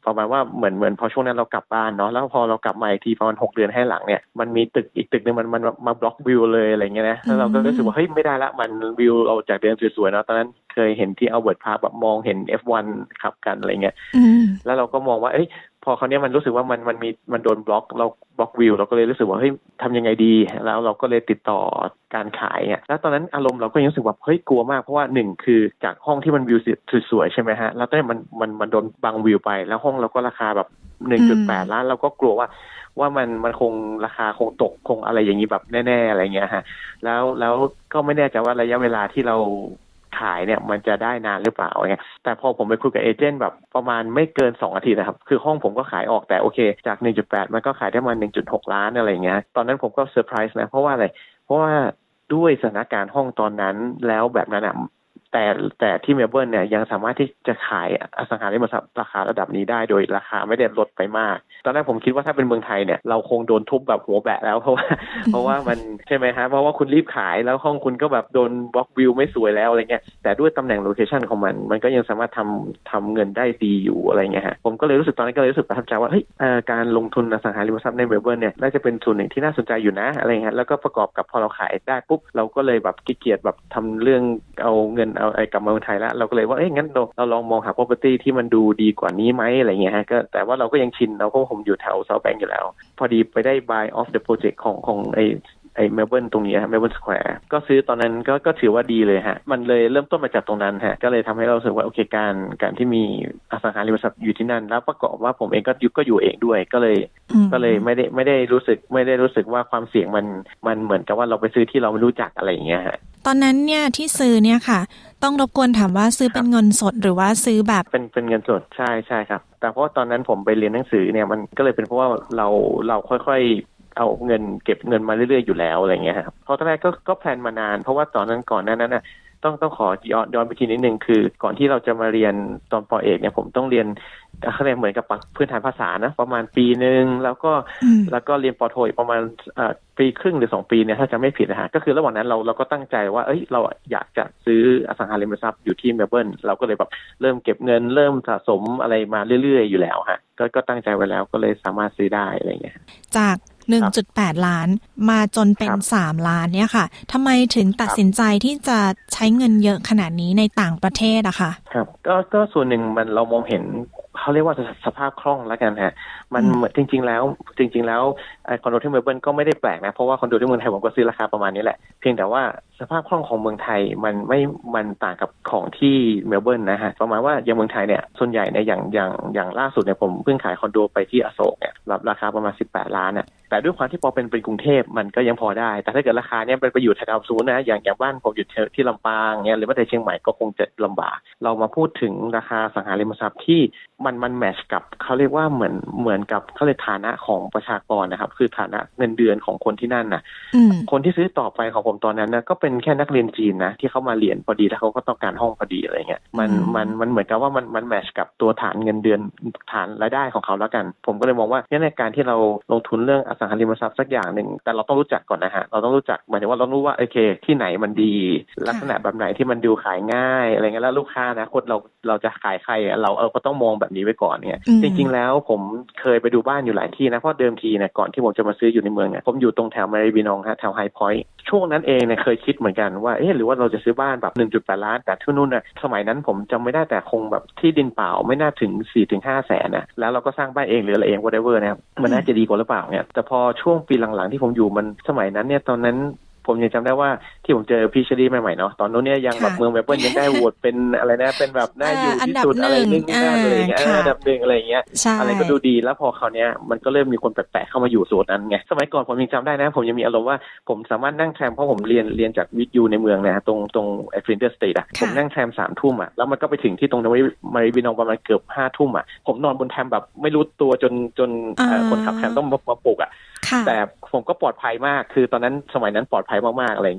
ประมาณว่าเหมือนเหมือนพอช่วงนั้นเรากลับบ้านเนาะแล้วพอเรากลับมาอีกทีประมาณหกเดือนให้หลังเนี่ยมันมีตึกอีกตึกนึงมันมันมาบล็อกวิวเลยอะไรเงี้ยนะแล้วเราก็รู้สึกว่าเฮ้ยไม่ได้ละมันวิวเราจากเดิมสวยๆเนาะตอนนั้นเคยเห็นที่อัลเบิร์ตพาร์คแบบมองเห็น เอฟ วัน ขับกันอะไรเงี้ยแล้วเราก็มองว่าเอ้ยพอคราวนี้มันรู้สึกว่ามันมันมีมันโดนบล็อกเราบล็อกวิวเราก็เลยรู้สึกว่าเฮ้ยทำยังไงดีแล้วเราก็เลยติดต่อการขายอ่ะแล้วตอนนั้นอารมณ์เราก็ยังรู้สึกว่าเฮ้ยกลัวมากเพราะว่าหนึ่งคือจากห้องที่มันวิวสวยๆใช่ไหมฮะแล้วตอนนี้มันมันมันโดนบังวิวไปแล้วห้องเราก็ราคาแบบ หนึ่งจุดแปด ล้านเราก็กลัวว่าว่ามันมันคงราคาคงตกคงอะไรอย่างนี้แบบแน่ๆอะไรเงี้ยฮะแล้วแล้วก็ไม่แน่ใจว่าระยะเวลาที่เราขายเนี่ยมันจะได้นานหรือเปล่าไงแต่พอผมไปคุยกับเอเจนต์แบบประมาณไม่เกินสองอาทิตย์นะครับคือห้องผมก็ขายออกแต่โอเคจาก หนึ่งจุดแปด มันก็ขายได้มา หนึ่งจุดหก ล้านอะไรเงี้ยตอนนั้นผมก็เซอร์ไพรส์นะเพราะว่าอะไรเพราะว่าด้วยสถานการณ์ห้องตอนนั้นแล้วแบบนั้นอ่ะแต่แต่ที่เมลเบิร์นเนี่ยยังสามารถที่จะขายอสังหาริมทรัพย์ราคาระดับนี้ได้โดยราคาไม่ได้ลดไปมากตอนแรกผมคิดว่าถ้าเป็นเมืองไทยเนี่ยเราคงโดนทุบแบบหัวแบะแล้วเพราะว่าเพราะว่ามันใช่ไหมฮะเพราะว่าคุณรีบขายแล้วห้องคุณก็แบบโดนบล็อกวิวไม่สวยแล้วอะไรเงี้ยแต่ด้วยตำแหน่งโลเคชันของมันมันก็ยังสามารถทำทำเงินได้ดีอยู่อะไรเงี้ยฮะผมก็เลยรู้สึกตอนนั้นก็เลยรู้สึกประทับใจว่าเฮ้ยการลงทุนอสังหาริมทรัพย์ในเมลเบิร์นเนี่ยน่าจะเป็นส่วนหนึ่งที่น่าสนใจอยู่นะอะไรเงี้ยแล้วก็ประกอบกับพอเราขายได้ปุ๊บเราก็เลยแบบขี้เกียจแบบทำเรื่องเอาเงินเอาไอ้กลับมาเมืองไทยเราก็เลยว่าเอ้ยงั้นเราเราลองมองหา property ที่มันดูดีกว่านี้ไหมอะไรเงี้ยฮะก็แต่ว่าเราก็ยังชินเราก็ผมอยู่แถว South Bank อยู่แล้วพอดีไปได้ buy off the project ของของไอไอเมลเบิร์นตรงนี้ฮะเมลเบิร์นสแควร์ก็ซื้อตอนนั้นก็ก็ถือว่าดีเลยฮะมันเลยเริ่มต้นมาจากตรงนั้นฮะก็เลยทำให้เรารู้สึกว่าโอเคการการที่มีอสังหาริมทรัพย์อยู่ที่นั่นแล้วประกอบว่าผมเองก็ยุก็อยู่เองด้วยก็เลยก็เลยไม่ได้ไม่ได้รู้สึกไม่ได้รู้สึกว่าความเสี่ยงมันมันเหมือนกับว่าเราไปซื้อที่เราไม่รู้จักอะไรอย่างเงี้ยฮะตอนนั้นเนี่ยที่ซื้อเนี่ยค่ะต้องรบกวนถามว่าซื้อเป็นเงินสดหรือว่าซื้อแบบเป็นเป็นเงินสดใช่ใช่ครับแต่เพราะตอนนั้นผมไปเรียนหนังสือเนี่ยมันก็เลยเป็นเพราะว่าเราเราค่อยๆเอาเงินเก็บเงินมาเรื่อยๆอยู่แล้วอะไรเงี้ยครับเพราะตอนแรกก็ก็แพลนมานานเพราะว่าตอนนั้นก่อนหน้านั้นน่ะต้องต้องขอย้อนย้อนไปทีนิดนึงคือก่อนที่เราจะมาเรียนตอนป.เอกเนี่ยผมต้องเรียนเขาเรียนเหมือนกับพื้นฐานภาษานะประมาณปีนึงแล้วก็แล้วก็เรียนป.โทอีกประมาณอ่าปีครึ่งหรือสองปีเนี่ยถ้าจำไม่ผิดนะฮะก็คือระหว่างนั้นเราเราก็ตั้งใจว่าเอ้ยเราอยากจะซื้ออสังหาริมทรัพย์อยู่ที่เมลเบิร์นเราก็เลยแบบเริ่มเก็บเงินเริ่มสะสมอะไรมาเรื่อยๆอยู่แล้วฮะก็ก็ตั้งใจไว้แล้วก็เลยสามารถซื้อได้อะไรอย่างเงี้ยจาก หนึ่งจุดแปด ล้านมาจนเป็นสามล้านเนี่ยค่ะทำไมถึงตัดสินใจที่จะใช้เงินเยอะขนาดนี้ในต่างประเทศอะค่ะครับก็ก็ส่วนหนึ่งมันเรามองเห็นเขาเรียกว่าสภาพคล่องแล้วกันฮะมันเหมือนจริงๆแล้วจริงๆแล้วคอนโดที่เมลเบิร์นก็ไม่ได้แปลกนะเพราะว่าคอนโดที่เมืองไทยผมก็ซื้อราคาประมาณนี้แหละเพียงแต่ว่าสภาพคล่องของเมืองไทยมันไม่มันต่างกับของที่เมลเบิร์นนะฮะประมาณว่าอย่างเมืองไทยเนี่ยส่วนใหญ่เนี่ยอย่างอย่างอย่างล่าสุดเนี่ยผมเพิ่งขายคอนโดไปที่อโศกเนี่ยรับราคาประมาณสิบแปดล้านน่ะแต่ด้วยความที่พอเป็นเป็นกรุงเทพมันก็ยังพอได้แต่ถ้าเกิดราคาเนี่ยเป็นไปอยู่แถวศูนย์นะอย่างอย่างบ้านผมอยู่ที่ลำปางเนี่ยหรือว่าในเชียงใหม่ก็คงจะลำบากเรามาพูดถึงราคาสังหาริมทรัพย์ที่มันมันแมทช์กับเขาเรียกว่าเหมือนเหมือนกับเขาเรียกฐานะของประชากรนะครับคือฐานะเงินเดือนของคนที่นั่นน่ะคนที่ซื้อต่อไปของผมตอนนั้นนะก็เป็นแค่นักเรียนจีนนะที่เขามาเรียนพอดีแล้วเขาก็ต้องการห้องพอดีอะไรเงี้ยมันมันมันเหมือนกับว่ามันมันแมทช์กับตัวฐานเงินเดือนฐานรายได้ของเขาแล้วกันผมก็เลยมองว่าในการที่เราลงทุนเรื่องอสังหาริมทรัพย์สักอย่างนึงแต่เราต้องรู้จักก่อนนะฮะเราต้องรู้จักหมายถึงว่าเรารู้ว่าโอเคที่ไหนมันดีลักษณะแบบไหนที่มันดูขายง่ายอะไรเงี้ยแล้วลูกค้านะคนเราเราจะขายใครเราเออก็ต้องมองแบบนี้ไว้ก่อนเนี่ยจริงๆแล้วผมเคยไปดูบ้านอยู่หลายที่นะเพราะเดิมทีเนี่ยก่อนที่ผมจะมาซื้ออยู่ในเมืองเนี่ยผมอยู่ตรงแถวมารีบีนองฮะแถวไฮพอยต์ช่วงนั้นเองเนี่ยเคยคิดเหมือนกันว่าเอ๊ะหรือว่าเราจะซื้อบ้านแบบ หนึ่งจุดแปด ล้านแต่ที่นู่นน่ะสมัยนั้นผมจำไม่ได้แต่คงแบบที่ดินเปล่าไม่น่าถึง สี่ถึงห้า แสนนะแล้วเราก็สร้างบ้านเองหรืออะไรเอง whatever นะครับมันน่าจะดีกว่าหรือเปล่าเนี่ยแต่พอช่วงปีหลังๆที่ผมอยู่มันสมัยนั้นเนี่ยตอนนั้นผมยังจำได้ว่าที่ผมเจอพี่เชอรี่ใหม่ๆเนาะตอนนู้นเนี่ยยังแบบเมืองเมลเบิร์นยังได้โหวตเป็นอะไรนะเป็นแบบน่าอยู่ที่สุดอะไรนึงน่าอะไรอย่างเงี้ยอันดับหนึ่งอะไรอย่างเงี้ยอะไรก็ดูดีแล้วพอคราวเนี้ยมันก็เริ่มมีคนแปลกๆเข้ามาอยู่โซนนั้นไงสมัยก่อนผมยังจำได้นะผมยังมีอารมณ์ว่าผมสามารถนั่งแทรมเพราะผมเรียนเรียนจากวิทยูในเมืองนะตรงตรงไอ้ฟลินเตอร์สเตทอะผมนั่งแทรมสามทุ่มอะแล้วมันก็ไปถึงที่ตรงมารีบีนองประมาณเกือบห้าทุ่มอะผมนอนบนแทรมแบบไม่รู้ตัวจนจนคนขับแทรมต้องมาปลุกอะแต่ผมก็ปลอดภัยมากคือตอนนั้นสมัยนั้นปลอดภัยมากๆอะไรเงี้ย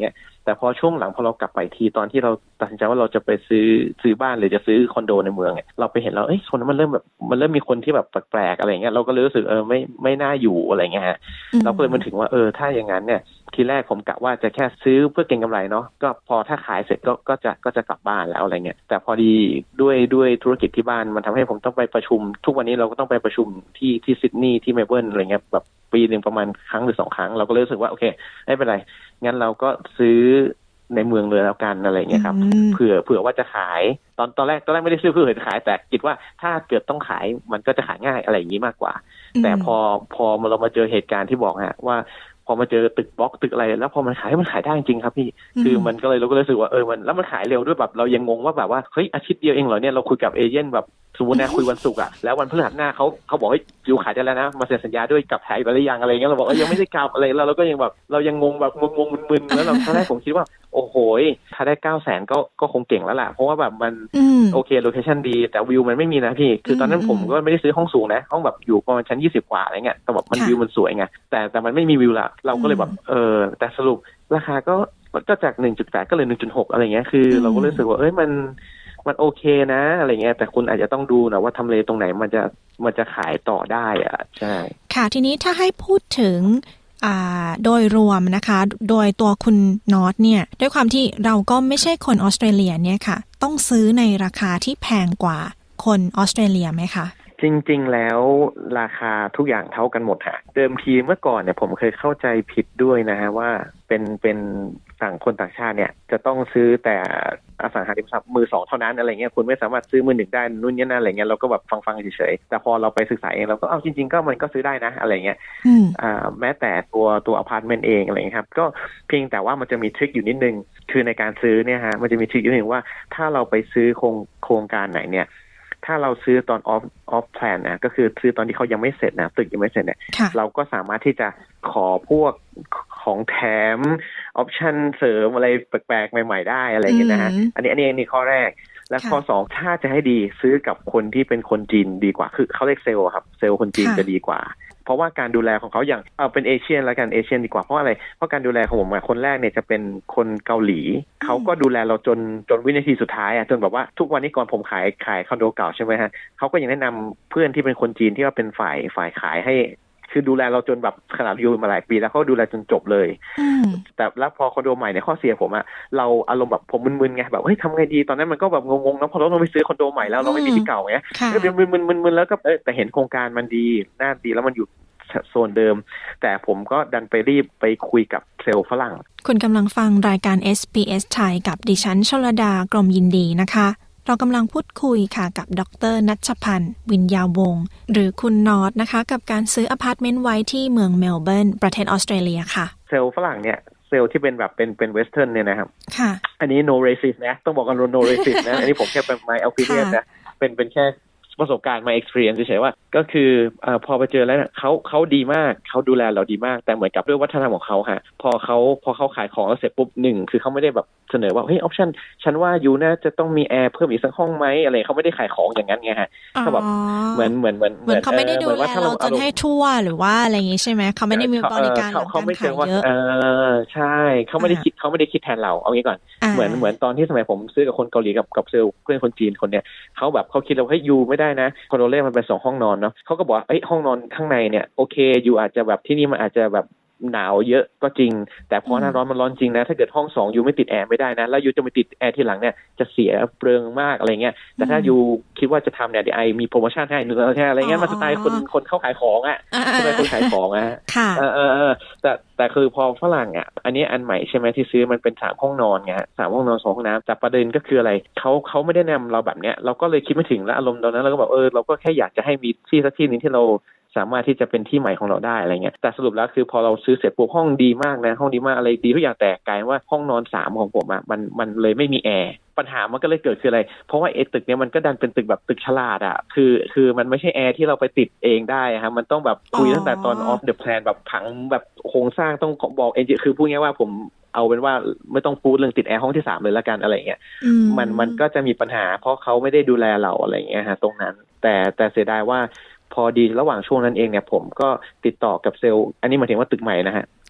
แต่พอช่วงหลังพอเรากลับไปทีตอนที่เราตัดสินใจว่าเราจะไปซื้อซื้อบ้านหรือจะซื้อคอนโดในเมืองเนี่ยเราไปเห็นแล้วเอ้ยคนนั้นมันเริ่มแบบมันเริ่มมีคนที่แบบแปลกๆอะไรเงี้ยเราก็เลยรู้สึกเออไม่ไม่น่าอยู่อะไรเงี้ยฮะเราก็เลยมันถึงว่าเออถ้าอย่างนั้นเนี่ยทีแรกผมกะว่าจะแค่ซื้อเพื่อเก็งกำไรเนาะก็พอถ้าขายเสร็จก็ก็จะก็จะกลับบ้านแล้วอะไรเงี้ยแต่พอดีด้วยด้วยธุรกิจที่บ้านมันทำให้ผมต้องไปประชุมทุกวันนี้เราก็ต้องไปประชุมที่ที่ซิดนีย์ที่เมลเบิร์นอะไรเงี้ยแบบปีนึงประมาณครั้งหรือสองครั้งเราก็เลยรู้สึกว่าโอเคไม่เป็นไรงั้นเราก็ซื้อในเมืองเลยแล้วกันอะไรเงี้ยครับเผื่อเผื่อว่าจะขายตอนตอนแรกตอนแรกไม่ได้ซื้อเพื่อจะขายแต่คิดว่าถ้าเกิดต้องขายมันก็จะขายง่ายอะไรอย่างนี้มากกว่าแต่พอพอเรามาเจอเหตุการณ์ที่บอกฮะว่าพอมาเจอตึกบล็อกตึกอะไรแล้วพอมันขายมันขายได้จริงครับพี่คือมันก็เลยเราก็รู้สึกว่าเออมันแล้วมันขายเร็วด้วยแบบเรายังงงว่าแบบว่าเฮ้ยอาทิตย์เดียวเองเหรอเนี่ยเราคุยกับเอเจนต์แบบสมมตินะคุยวันศุกร์อ่ะแล้ววันพฤหัสหน้าเขาเขาบอกให้อยู่ขายได้แล้วนะมาเซ็นสัญญาด้วยกับขายไปหรือยังอะไรเงี้ยเราบอกเออยังไม่ได้กลับอะไรแล้วเราก็ยังแบบเรายังงงแบบงงๆมึนๆแล้วเราตอนแรกผมคิดว่าโอ้โหถ้าได้เก้าแสนก็ก็คงเก่งแล้วล่ะเพราะว่าแบบมันโอเคโลเคชั่นดีแต่วิวมันไม่มีนะพี่คือตอนนั้นผมก็ไม่ได้ซื้อห้องสูงนะห้องแบบอยู่ประมาณชั้นยี่สิบกว่าอะไรเงี้ยแต่แบบมันวิวมันสวยไงแต่แต่มันไม่มีวิวละเราก็เลยแบบเออแต่สรุปราคาก็ก็จาก หนึ่งจุดแปด ก็เลย หนึ่งจุดหก อะไรเงี้ยคือเราก็รู้สึกว่าเอ้ยมันมันโอเคนะอะไรเงี้ยแต่คุณอาจจะต้องดูนะว่าทำเลตรงไหนมันจะมันจะขายต่อได้อ่ะใช่ค่ะทีนี้ถ้าให้พูดถึงโดยรวมนะคะโดยตัวคุณน็อตเนี่ยด้วยความที่เราก็ไม่ใช่คนออสเตรเลียเนี่ยค่ะต้องซื้อในราคาที่แพงกว่าคนออสเตรเลียไหมคะจริงๆแล้วราคาทุกอย่างเท่ากันหมดฮะเดิมทีเมื่อก่อนเนี่ยผมเคยเข้าใจผิดด้วยนะฮะว่าเป็นเป็นต่างคนต่างชาติเนี่ยจะต้องซื้อแต่อสังหาริมทรัพย์มือสองเท่านั้นอะไรเงี้ยคุณไม่สามารถซื้อมือหนึ่งได้นู่นนี่นั่นอะไรเงี้ยเราก็แบบฟังๆเฉยๆแต่พอเราไปศึกษาเองเราก็เอาจริงๆก็มันก็ซื้อได้นะอะไรเงี้ยอ่าแม้แต่ตัวตัวอพาร์ตเมนต์เองอะไรเงี้ยครับก็เพียงแต่ว่ามันจะมีทริคอยู่นิดนึงคือในการซื้อเนี่ยฮะมันจะมีทริคอยู่นิดนึงว่าถ้าเราไปซื้อโครงโครงการไหนเนี่ยถ้าเราซื้อตอน off off plan นะก็คือซื้อตอนที่เขายังไม่เสร็จนะตึกยังไม่เสร็จเนี่ยเราก็สามารถที่จะขอพวกของแถมออปชั่นเสริมอะไรแปลกๆใหม่ๆได้อะไรอย่างเงี้ยนะฮะอันนี้อันนี้อันนี้ข้อแรกและข้อสองถ้าจะให้ดีซื้อกับคนที่เป็นคนจีนดีกว่าคือเขาเรียกเซลล์ครับเซลล์คนจีนจะดีกว่าเพราะว่าการดูแลของเขาอย่างเอาเป็นเอเชียนแล้วกันเอเชียนดีกว่าเพราะอะไรเพราะการดูแลของผมคนแรกเนี่ยจะเป็นคนเกาหลีเขาก็ดูแลเราจนจนวินาทีสุดท้ายอ่ะจนแบบว่าทุกวันนี้ก่อนผมขายขายคอนโดเก่าใช่ไหมฮะเขาก็ยังแนะนำเพื่อนที่เป็นคนจีนที่ว่าเป็นฝ่ายฝ่ายขายให้คือดูแลเราจนแบบขนาดอยู่มาหลายปีแล้วเขาดูแลจนจบเลยแต่แล้วพอคอนโดใหม่ในข้อเสียผมอะเราอารมณ์แบบผมมึนๆไงแบบเฮ้ยทำไงดีตอนนั้นมันก็แบบงงๆนะพอเราต้องไปซื้อคอนโดใหม่แล้วเราไม่มีที่เก่าไงก็เป็นมึนๆๆแล้วก็เออแต่เห็นโครงการมันดีน่าดีแล้วมันอยู่โซนเดิมแต่ผมก็ดันไปรีบไปคุยกับเซลล์ฝรั่งคุณกำลังฟังรายการ เอส บี เอส ไทยกับดิฉันชลดากรมยินดีนะคะเรากำลังพูดคุยค่ะกับดร.ณัชพันธ์วินยาวงศ์หรือคุณนอตนะคะกับการซื้ออพาร์ตเมนต์ไว้ที่เมืองเมลเบิร์นประเทศออสเตรเลียค่ะเซลล์ฝรั่งเนี่ยเซลล์ที่เป็นแบบเป็นเป็นเวสเทิร์นเนี่ยนะครับค่ะอันนี้ no racist นะต้องบอกกัน no racist นะอันนี้ผมแค่เป็น my opinion นะเป็นเป็นแค่ประสบการณ์มา experience เฉยๆว่าก็คือเอ่อพอไปเจอแล้วเขาเขาดีมากเขาดูแลเราดีมากแต่เหมือนกับด้วยวัฒนธรรมของเขาฮะพอเขาพอเขาขายของแล้วเสร็จปุ๊บหนึ่งคือเขาไม่ได้แบบเสนอว่าเฮ้ยออปชั่นฉันว่าอยู่น่าจะต้องมีแอร์เพิ่มอีกสักห้องไหมอะไรเขาไม่ได้ขายของอย่างนั้นไงฮะเขาแบบเหมือนเหมือนเหมือนเหมือนเขาไม่ได้ดูแลเราจนให้ทั่วหรือว่าอะไรอย่างงี้ใช่ไหมเขาไม่ได้มีบริการหลังการขายเยอะเออใช่เขาไม่ได้คิดเขาไม่ได้คิดแทนเราเอางี้ก่อนเหมือนเหมือนตอนที่สมัยผมซื้อกับคนเกาหลีกับกับเซลล์เพื่อนคนจีนคนเนี้ยเขาแบบเขาคิดว่าเฮ้ยอยู่ไม่ได้นะคอนโดเล่มันเป็นสองห้องนอนเนาะเขาก็บอกเอ้ยห้องนอนข้างในเนี่ยโอเคอยู่อาจจะแบบที่นี่มันอาจจะแบบหนาวเยอะก็จริงแต่พอหน้าร้อนมันร้อนจริงนะถ้าเกิดห้องสองอยู่ไม่ติดแอร์ไม่ได้นะแล้วอยู่จะไปติดแอร์ทีหลังเนี่ยจะเสียเปลืองมากอะไรเงี้ยแต่ถ้าอยู่คิดว่าจะทำเนี่ยเดี๋ยวไอมีโปรโมชั่นให้หนึ่งแค่อะไรเงี้ยมาสไตล์คนคนเข้าขายของอ่ะสไตล์คนขายของอ่ะเออเออเออแต่แต่คือพอฝรั่งอ่ะอันนี้อันใหม่ใช่ไหมที่ซื้อมันเป็นสามห้องนอนไงสามห้องนอนสองห้องน้ำแต่ประเด็นก็คืออะไรเขาเขาไม่ได้แนะนำเราแบบเนี้ยเราก็เลยคิดไม่ถึงแล้วอารมณ์ตอนนั้นเราก็บอกเออเราก็แค่อยากจะให้มีที่สักที่นึงที่เราสามารถที่จะเป็นที่ใหม่ของเราได้อะไรเงี้ยแต่สรุปแล้วคือพอเราซื้อเสร็จปุ๊บห้องดีมากนะห้องดีมากอะไรดีทุกอย่างแต่กลายว่าห้องนอนสามของผมอ่ะมันมันเลยไม่มีแอร์ปัญหามันก็เลยเกิดคืออะไรเพราะว่าไอ้ตึกเนี้ยมันก็ดันเป็นตึกแบบตึกฉลาดอ่ะคือคือมันไม่ใช่แอร์ที่เราไปติดเองได้ครับมันต้องแบบคุยตั้งแต่ตอน off the plan แบบผังแบบโครงสร้างต้องบอกเองคือพูดง่ายว่าผมเอาเป็นว่าไม่ต้องพูดเรื่องติดแอร์ห้องที่สามเลยละกันอะไรเงี้ยมันมันก็จะมีปัญหาเพราะเขาไม่ได้ดูแลเราอะไรเงี้ยฮะตรงนั้นแต่แต่เสียดายว่าพอดีระหว่างช่วงนั้นเองเนี่ยผมก็ติดต่อกับเซลล์อันนี้หมายถึงว่าตึกใหม่นะฮะ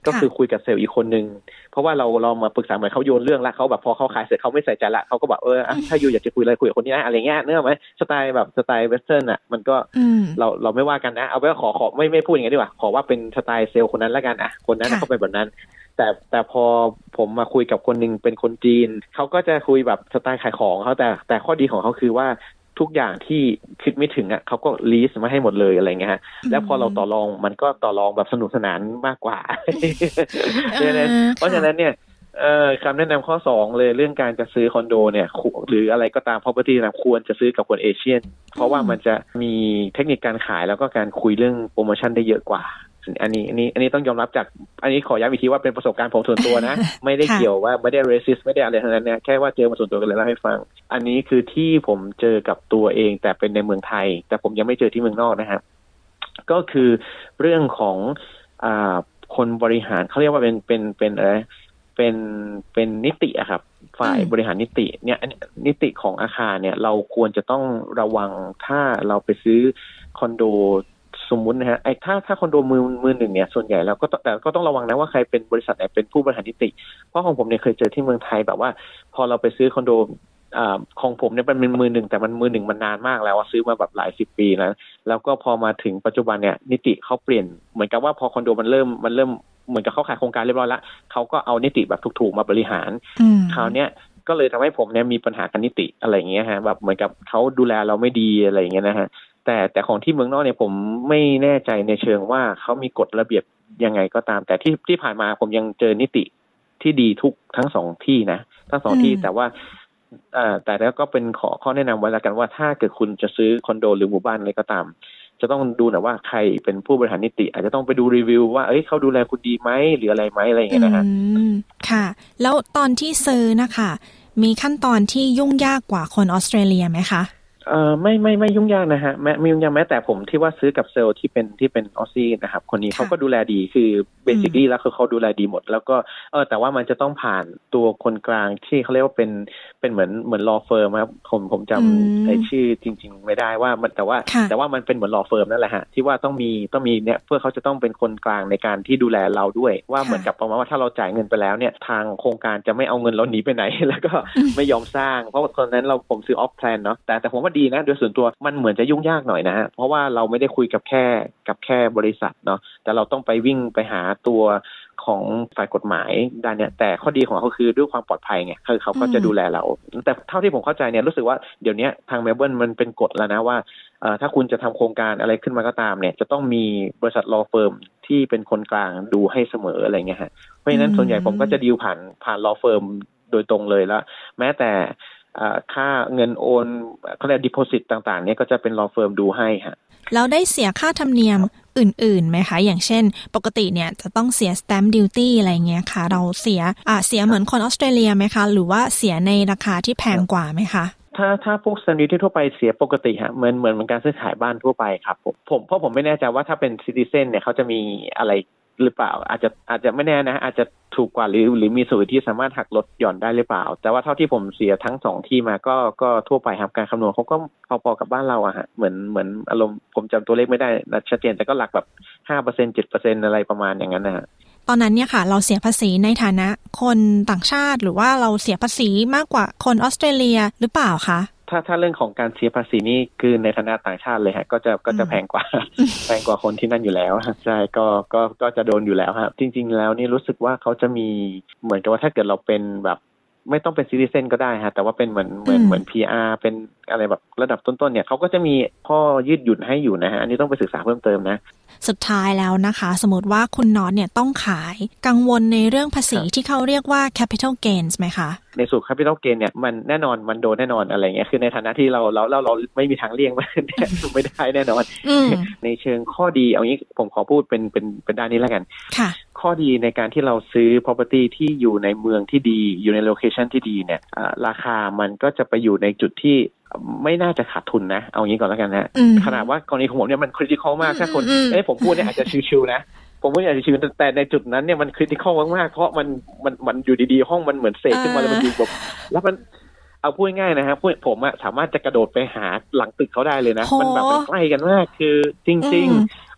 ก็คือคุยกับเซลล์อีกคนนึงเพราะว่าเราเรามาปรึกษาเหมือนเขาโยนเรื่องละเขาแบบพอเขาขายเสร็จเขาไม่ใส่ใจละเขาก็บอกเออถ้าอยู่อยากจะคุยอะไรคุยกับคนนี้นะอะไรเงี้ยเนื้อไหมสไตล์แบบสไตล์เวสเทิร์นอ่ะมันก็เราเราไม่ว่ากันนะเอาไว้ขอขอไม่ไม่พูดอย่างนี้ดีกว่าขอว่าเป็นสไตล์เซลล์คนนั้นละกันอ่ะคนนั้นเขาเป็นแบบนั้นแต่แต่พอผมมาคุยกับคนนึงเป็นคนจีนเขาก็จะคุยแบบสไตล์ขายของเขาแต่แต่ข้อดีของเขาคือว่าทุกอย่างที่คิดไม่ถึงอ่ะเขาก็ลีสมาให้หมดเลยอะไรเงี้ยฮะแล้วพอเราต่อรองมันก็ต่อรองแบบสนุกสนานมากกว่าเพราะฉะนั้นเนี่ยเอ่อคำแนะนำข้อสองเลยเรื่องการจะซื้อคอนโดเนี่ยหรืออะไรก็ตาม property นะควรจะซื้อกับคนเอเชียนเพราะว่ามันจะมีเทคนิคการขายแล้วก็การคุยเรื่องโปรโมชั่นได้เยอะกว่าอันนี้อันนี้อันนี้ต้องยอมรับจากอันนี้ขอย้ำอีกทีว่าเป็นประสบการณ์ผมส่วนตัวนะ ไม่ได้เกี่ยวว่าไม่ได้ racist ไม่ได้อะไรทั้งนั้นเนี่ยแค่ว่าเจอมาส่วนตัวกันเลยเล่าให้ฟังอันนี้คือที่ผมเจอกับตัวเองแต่เป็นในเมืองไทยแต่ผมยังไม่เจอที่เมืองนอกนะครับก็คือเรื่องของอ่าคนบริหารเขาเรียกว่าเป็นเป็นเป็นอะไรเป็นเป็นนิติอะครับฝ่ายบริหารนิติเนี่ยนิติของอาคารเนี่ยเราควรจะต้องระวังถ้าเราไปซื้อคอนโดสมมุตินะฮะไอ้ถ้าถ้าคอนโดมือมือหนึ่งเนี่ยส่วนใหญ่แล้วก็แต่ก็ต้องระวังนะว่าใครเป็นบริษัทไหนเป็นผู้บริหารนิติเพราะของผมเนี่ยเคยเจอที่เมืองไทยแบบว่าพอเราไปซื้อคอนโดอ่าของผมเนี่ยเป็นมือหนึ่งแต่มันมือหนึ่งมันนานมากแล้วซื้อมาแบบหลายสิบปีนะแล้วก็พอมาถึงปัจจุบันเนี่ยนิติเขาเปลี่ยนเหมือนกับว่าพอคอนโดมันเริ่มมันเริ่มเหมือนกับเขาขายโครงการเรียบร้อยแล้วเขาก็เอานิติแบบถูกๆมาบริหารคราวเนี้ยก็เลยทำให้ผมเนี่ยมีปัญหากับนิติอะไรอย่างเงี้ยฮะแบบเหมือนกับเขาดูแลเราไม่ดีอะไรอย่างเงี้ยนะฮะแต่แต่ของที่เมืองนอกเนี่ยผมไม่แน่ใจในเชิงว่าเขามีกฎระเบียบยังไงก็ตามแต่ที่ที่ผ่านมาผมยังเจอนิติที่ดีทุกทั้งสองที่นะทั้งสองที่แต่ว่าอ่าแต่แล้วก็เป็นขอข้อแนะนำไว้แล้วกันว่าถ้าเกิดคุณจะซื้อคอนโดหรือหมู่บ้านอะไรก็ตามจะต้องดูนะว่าใครเป็นผู้บริหารนิติอาจจะต้องไปดูรีวิวว่าเอ้ยเขาดูแลคุณดีไหมหรืออะไรไหมอะไรอย่างเงี้ยนะฮะค่ะแล้วตอนที่ซื้อนะคะมีขั้นตอนที่ยุ่งยากกว่าคนออสเตรเลียไหมคะเอ่อไม่ไม่ไม่ยุ่งยากนะฮะแม้ไม่ยุ่งยากแม้แต่ผมที่ว่าซื้อกับเซลล์ที่เป็นที่เป็นออสซี่นะครับคนนี้เขาก็ดูแลดีคือเบสิคลี่แล้วคือเขาดูแลดีหมดแล้วก็เออแต่ว่ามันจะต้องผ่านตัวคนกลางที่เขาเรียกว่าเป็นเป็นเหมือนเหมือน law firm ครับผมผมจำไอ้ชื่อจริงๆไม่ได้ว่ามันแต่ว่าแต่ว่ามันเป็นเหมือน law firm นั่นแหละฮะที่ว่าต้องมีต้องมีเนี่ยเพื่อเขาจะต้องเป็นคนกลางในการที่ดูแลเราด้วยว่าเหมือนกับประมาณว่าถ้าเราจ่ายเงินไปแล้วเนี่ยทางโครงการจะไม่เอาเงินเราหนีไปไหนแล้วก็ไม่ยอมสร้างเพราะตอนนั้นเราผมซื้อ off plan เนาะแต่แต่ผมว่าดีนะโดยส่วนตัวมันเหมือนจะยุ่งยากหน่อยนะฮะเพราะว่าเราไม่ได้คุยกับแค่กับแค่บริษัทเนาะแต่เราต้องไปวิ่งไปหาตัวของฝ่ายกฎหมายด้านเนี้ยแต่ข้อดีของเขาคือด้วยความปลอดภัยไงคือเขาก็จะดูแลเราแต่เท่าที่ผมเข้าใจเนี่ยรู้สึกว่าเดี๋ยวนี้ทางเมลเบิร์นมันเป็นกฎแล้วนะว่าเอ่อถ้าคุณจะทำโครงการอะไรขึ้นมาก็ตามเนี่ยจะต้องมีบริษัท law firm ที่เป็นคนกลางดูให้เสมออะไรเงี้ยฮะเพราะฉะนั้นส่วนใหญ่ผมก็จะดีลผ่านผ่าน law firm โดยตรงเลยแล้วแม้แต่ค่าเงินโอนเขาเรียก deposit ต่างๆเนี่ยก็จะเป็น law firm ดูให้ฮะแล้วได้เสียค่าธรรมเนียมอื่นๆไหมคะอย่างเช่นปกติเนี่ยจะต้องเสีย stamp duty อะไรเงี้ยค่ะเราเสียอ่าเสียเหมือนคนออสเตรเลียไหมคะหรือว่าเสียในราคาที่แพงกว่าไหมคะถ้าถ้าพวก stamp duty ทั่วไปเสียปกติฮะเหมือนเหมือนเหมือนการซื้อขายบ้านทั่วไปครับผมผมเพราะผมไม่แน่ใจว่าถ้าเป็น citizen เนี่ยเขาจะมีอะไรหรือเปล่าอาจจะอาจจะไม่แน่นะอาจจะถูกกว่าหรือหรือมีสูตรที่สามารถหักลดหย่อนได้หรือเปล่าแต่ว่าเท่าที่ผมเสียทั้งสองที่มาก็ก็ทั่วไปครับการคำนวณเขาก็พอๆกับบ้านเราอะฮะเหมือนเหมือนอารมณ์ผมจำตัวเลขไม่ได้ชัดเจนแต่ก็หลักแบบ ห้าเปอร์เซ็นต์ เจ็ดเปอร์เซ็นต์ อะไรประมาณอย่างนั้นนะฮะตอนนั้นเนี่ยค่ะเราเสียภาษีในฐานะคนต่างชาติหรือว่าเราเสียภาษีมากกว่าคนออสเตรเลียหรือเปล่าคะถ้าถ้าเรื่องของการเสียภาษีนี่คือในฐานะต่างชาติเลยฮะก็จะก็จะแพงกว่า แพงกว่าคนที่นั่นอยู่แล้วใช่ก็ก็ก็จะโดนอยู่แล้วครับจริงๆแล้วนี่รู้สึกว่าเขาจะมีเหมือนกับว่าถ้าเกิดเราเป็นแบบไม่ต้องเป็นซิติเซนก็ได้ฮะแต่ว่าเป็นเหมือนเหมือนเหมือน พี อาร์ เป็นอะไรแบบระดับต้นๆเนี่ยเขาก็จะมีข้อยืดหยุ่นให้อยู่นะฮะอันนี้ต้องไปศึกษาเพิ่มเติมนะสุดท้ายแล้วนะคะสมมติว่าคุณน็อตเนี่ยต้องขายกังวลในเรื่องภาษีที่เขาเรียกว่า capital gains ไหมคะในส่วน capital gain เนี่ยมันแน่นอนมันโดนแน่นอนอะไรเงี้ยคือในฐานะที่เราเราเราเราไม่มีทางเลี่ยงมันไม่ได้แน่นอนในเชิงข้อดีเอางี้ผมขอพูดเป็นเป็นเป็นด้านนี้แล้วกันค่ะข้อดีในการที่เราซื้อ property ที่อยู่ในเมืองที่ดีอยู่ใน location ที่ดีเนี่ยราคามันก็จะไปอยู่ในจุดที่ไม่น่าจะขาดทุนนะเอางี้ก่อนแล้วกันนะขนาดว่ากรณีของผมเนี่ยมัน critical มากถ้าคนเอ้ยผมพูดเนี่ยอาจจะชิวๆนะผมว่าอยากจะชิวแต่ในจุดนั้นเนี่ยมัน critical มากๆเพราะมันมันมันอยู่ดีๆห้องมันเหมือนเสกขึ้นมาแล้วมันอยู่แบบแล้วมันเอาพูดง่ายๆนะฮะผมอะสามารถจะกระโดดไปหาหลังตึกเขาได้เลยนะมันแบบมันใกล้กันมากคือจริงๆ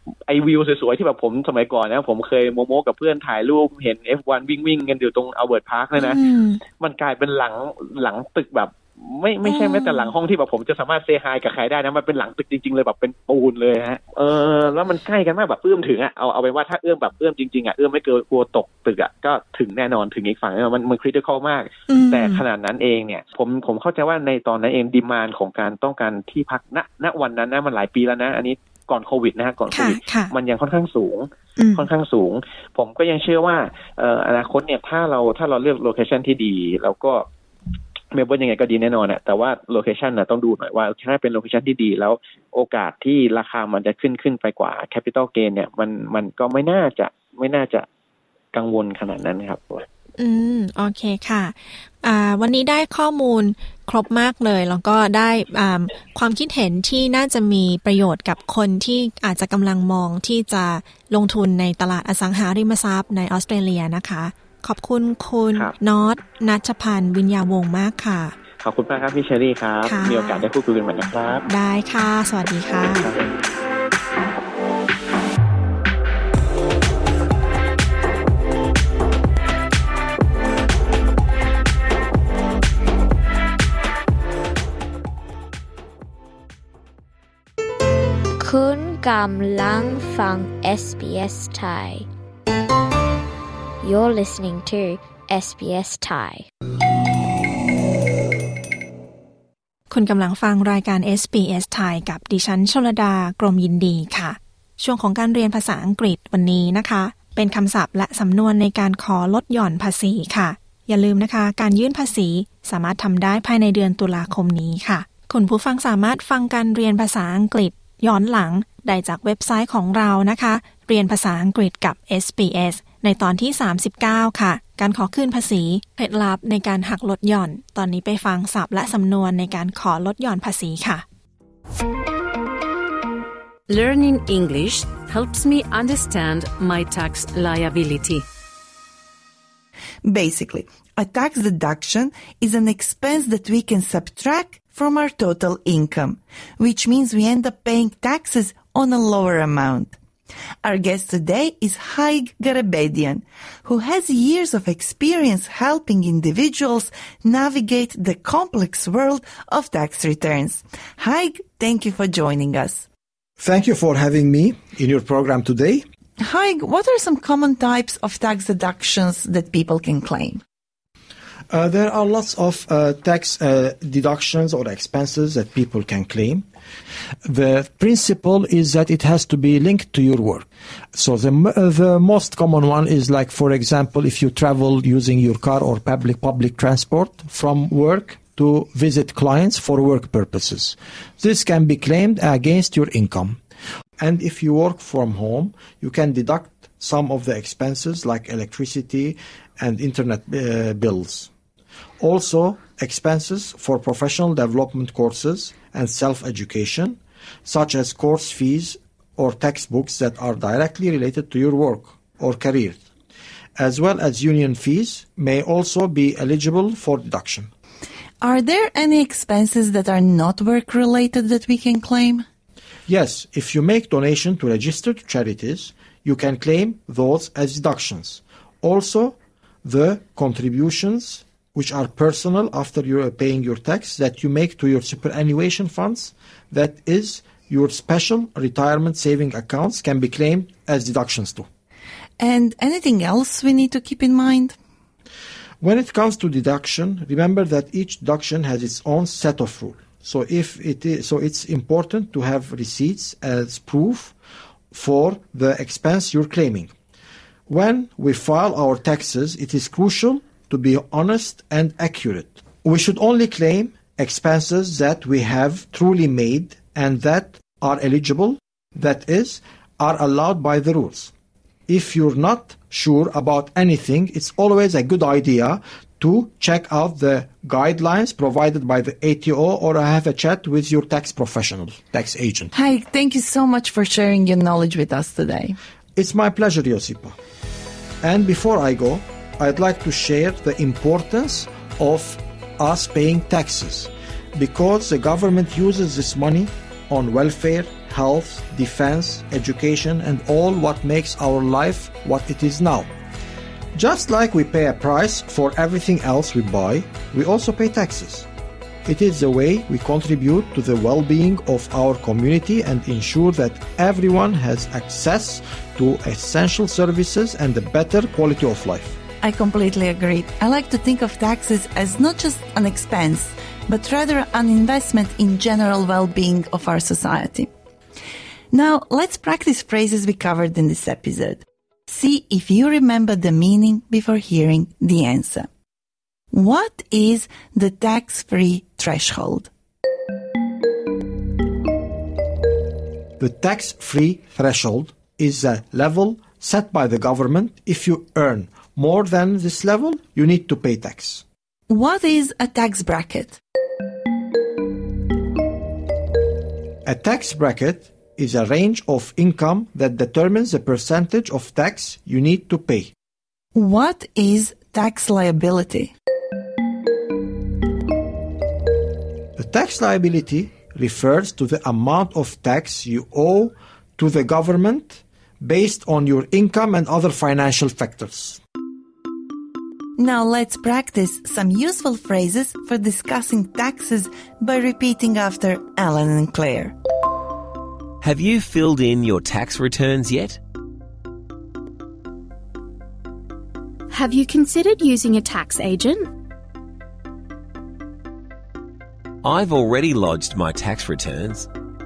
ไอวิวสวยๆที่แบบผมสมัยก่อนนะผมเคยโมโมกับเพื่อนถ่ายรูปเห็น เอฟ วัน วิ่งวิ่งกันอยู่ตรงอัลเบิร์ตพาร์คเลยนะมันกลายเป็นหลังหลังตึกแบบไม่ไม่ใช่แม้แต่หลังห้องที่แบบผมจะสามารถเซฮายกับใครได้นะมันเป็นหลังตึกจริงๆเลยแบบเป็นปูนเลยฮะเออแล้วมันใกล้กันมากแบบเอื้อมถึงอ่ะเอาเอาไปว่าถ้าเอื้อมแบบเอื้อมจริงๆอ่ะเอื้อมไม่เกินกลัวตกตึกอ่ะก็ถึงแน่นอนถึงอีกฝั่งมันมันคริติคอลมากแต่ขนาดนั้นเองเนี่ยผมผมเข้าใจว่าในตอนนั้นเองดีมานด์ของการต้องการที่พักณณวันนั้นนะมันหลายปีแล้วนะอันนี้ก่อนโควิดนะฮะก่อนโควิดมันยังค่อนข้างสูงค่อนข้างสูงผมก็ยังเชื่อว่าเอ่ออนาคตเนี่ยถ้าเราถ้าเราเลือกโลเคชั่นที่ดีแล้วก็เมลเบิร์นยังไงก็ดีแน่นอนอ่ะแต่ว่าโลเคชันน่ะต้องดูหน่อยว่าถ้าเป็นโลเคชันที่ดีแล้วโอกาสที่ราคามันจะขึ้นขึ้นไปกว่าแคปิตอลเกนเนี่ยมันมันก็ไม่น่าจะไม่น่าจะกังวลขนาดนั้นครับอืมโอเคค่ะอ่าวันนี้ได้ข้อมูลครบมากเลยแล้วก็ได้อ่าความคิดเห็นที่น่าจะมีประโยชน์กับคนที่อาจจะกำลังมองที่จะลงทุนในตลาดอสังหาริมทรัพย์ในออสเตรเลียนะคะขอบคุณคุณน็อตณัชพันธ์วิญญาวงศ์มากค่ะขอบคุณมากครับพี่เชอรี่ครับมีโอกาสได้พูดคุยกันใหม่นะครับได้ค่ะสวัสดีค่ะคุณกำลังฟัง เอส บี เอส Thai You're listening to เอส บี เอส Thai คุณกำลังฟังรายการ เอส บี เอส Thai กับดิฉันชลดากรมยินดีค่ะช่วงของการเรียนภาษาอังกฤษวันนี้นะคะเป็นคำศัพท์และสำนวนในการขอลดหย่อนภาษีค่ะอย่าลืมนะคะการยื่นภาษีสามารถทำได้ภายในเดือนตุลาคมนี้ค่ะคุณผู้ฟังสามารถฟังการเรียนภาษาอังกฤษย้อนหลังได้จากเว็บไซต์ของเรานะคะเรียนภาษาอังกฤษกับ เอส บี เอส ในตอนที่สามสิบเก้าค่ะการขอคืนภาษีเคล็ดลับในการหักลดหย่อนตอนนี้ไปฟังศัพท์และสำนวนในการขอลดหย่อนภาษีค่ะ Learning English helps me understand my tax liability. Basically, a tax deduction is an expense that we can subtract from our total income, which means we end up paying taxes on a lower amount. Our guest today is Haig Garabedian, who has years of experience helping individuals navigate the complex world of tax returns. Haig, thank you for joining us. Thank you for having me in your program today. Haig, what are some common types of tax deductions that people can claim? Uh, there are lots of uh, tax uh, deductions or expenses that people can claim. The principle is that it has to be linked to your work. So the, uh, the most common one is like, for example, if you travel using your car or public public transport from work to visit clients for work purposes. This can be claimed against your income. And if you work from home, you can deduct some of the expenses like electricity and internet uh, bills. Also, expenses for professional development courses and self-education, such as course fees or textbooks that are directly related to your work or career, as well as union fees, may also be eligible for deduction. Are there any expenses that are not work-related that we can claim? Yes, if you make donation to registered charities, you can claim those as deductions. Also, the contributions which are personal after you are paying your tax that you make to your superannuation funds, that is your special retirement saving accounts, can be claimed as deductions too. And anything else we need to keep in mind? When it comes to deduction, remember that each deduction has its own set of rules. So if it is, so it's important to have receipts as proof for the expense you're claiming. When we file our taxes, it is crucial to be honest and accurate. We should only claim expenses that we have truly made and that are eligible, that is, are allowed by the rules. If you're not sure about anything, it's always a good idea to check out the guidelines provided by the A T O or have a chat with your tax professional, tax agent. Hi, thank you so much for sharing your knowledge with us today. It's my pleasure, Josipa. And before I go, I'd like to share the importance of us paying taxes because the government uses this money on welfare, health, defense, education, and all what makes our life what it is now. Just like we pay a price for everything else we buy, we also pay taxes. It is the way we contribute to the well-being of our community and ensure that everyone has access to essential services and a better quality of life. I completely agree. I like to think of taxes as not just an expense, but rather an investment in general well-being of our society. Now, let's practice phrases we covered in this episode. See if you remember the meaning before hearing the answer. What is the tax-free threshold? The tax-free threshold is a level set by the government. If you earn more than this level, you need to pay tax. What is a tax bracket? A tax bracket is a range of income that determines the percentage of tax you need to pay. What is tax liability? The tax liability refers to the amount of tax you owe to the government based on your income and other financial factors. Now let's practice some useful phrases for discussing taxes by repeating after Alan and Claire. Have you filled in your tax returns yet? Have you considered using a tax agent? I've already lodged my tax returns.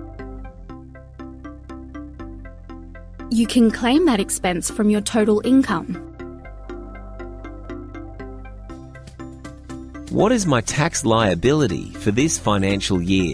You can claim that expense from your total income. What is my tax liability for this financial year?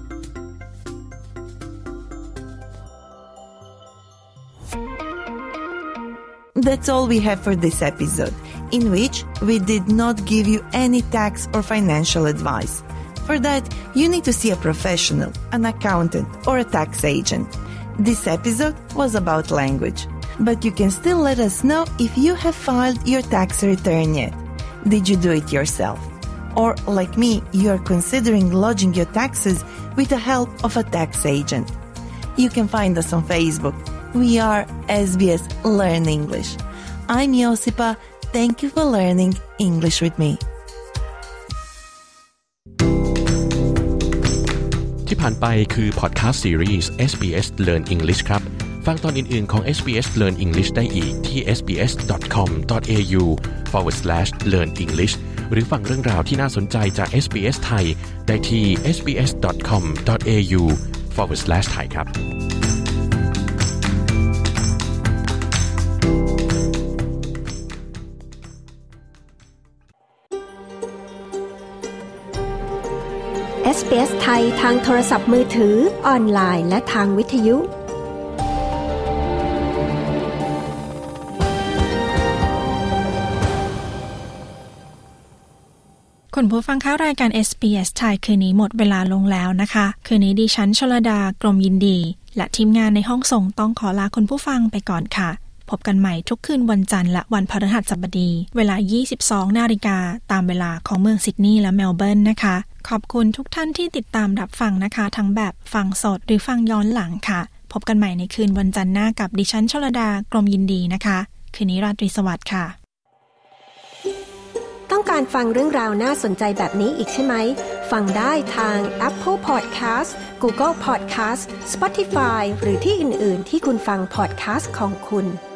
That's all we have for this episode, in which we did not give you any tax or financial advice. For that, you need to see a professional, an accountant, or a tax agent. This episode was about language, but you can still let us know if you have filed your tax return yet. Did you do it yourself? Or, like me, you are considering lodging your taxes with the help of a tax agent. You can find us on Facebook. We are S B S Learn English. I'm Josipa. Thank you for learning English with me. ที่ผ่านไปคือพอดคาสต์ซีรีส์ เอส บี เอส Learn English ครับฟังตอนอื่นๆของ เอส บี เอส Learn English ได้อีกที่ เอส บี เอส ดอท คอม ดอท เอ ยู สแลช สแลช เลิร์น อิงลิช หรือฟังเรื่องราวที่น่าสนใจจาก เอส บี เอส ไทยได้ที่ เอส บี เอส ดอท คอม ดอท เอ ยู สแลช ไทย ครับเอส บี เอส ไทยทางโทรศัพท์มือถือออนไลน์และทางวิทยุคุณผู้ฟังคะรายการ เอส บี เอส ไทยคืนนี้หมดเวลาลงแล้วนะคะคืนนี้ดิฉันชลดากรมยินดีและทีมงานในห้องส่งต้องขอลาคุณผู้ฟังไปก่อนค่ะพบกันใหม่ทุกคืนวันจันทร์และวันพฤหัสบดีเวลา ยี่สิบสองนาฬิกาตามเวลาของเมืองซิดนีย์และเมลเบิร์นนะคะขอบคุณทุกท่านที่ติดตามรับฟังนะคะทั้งแบบฟังสดหรือฟังย้อนหลังค่ะพบกันใหม่ในคืนวันจันทร์หน้ากับดิฉันชลดากรมยินดีนะคะคืนนี้ราตรีสวัสดิ์ค่ะต้องการฟังเรื่องราวน่าสนใจแบบนี้อีกใช่ไหมฟังได้ทาง Apple Podcast Google Podcast Spotify หรือที่อื่นๆที่คุณฟัง podcast ของคุณ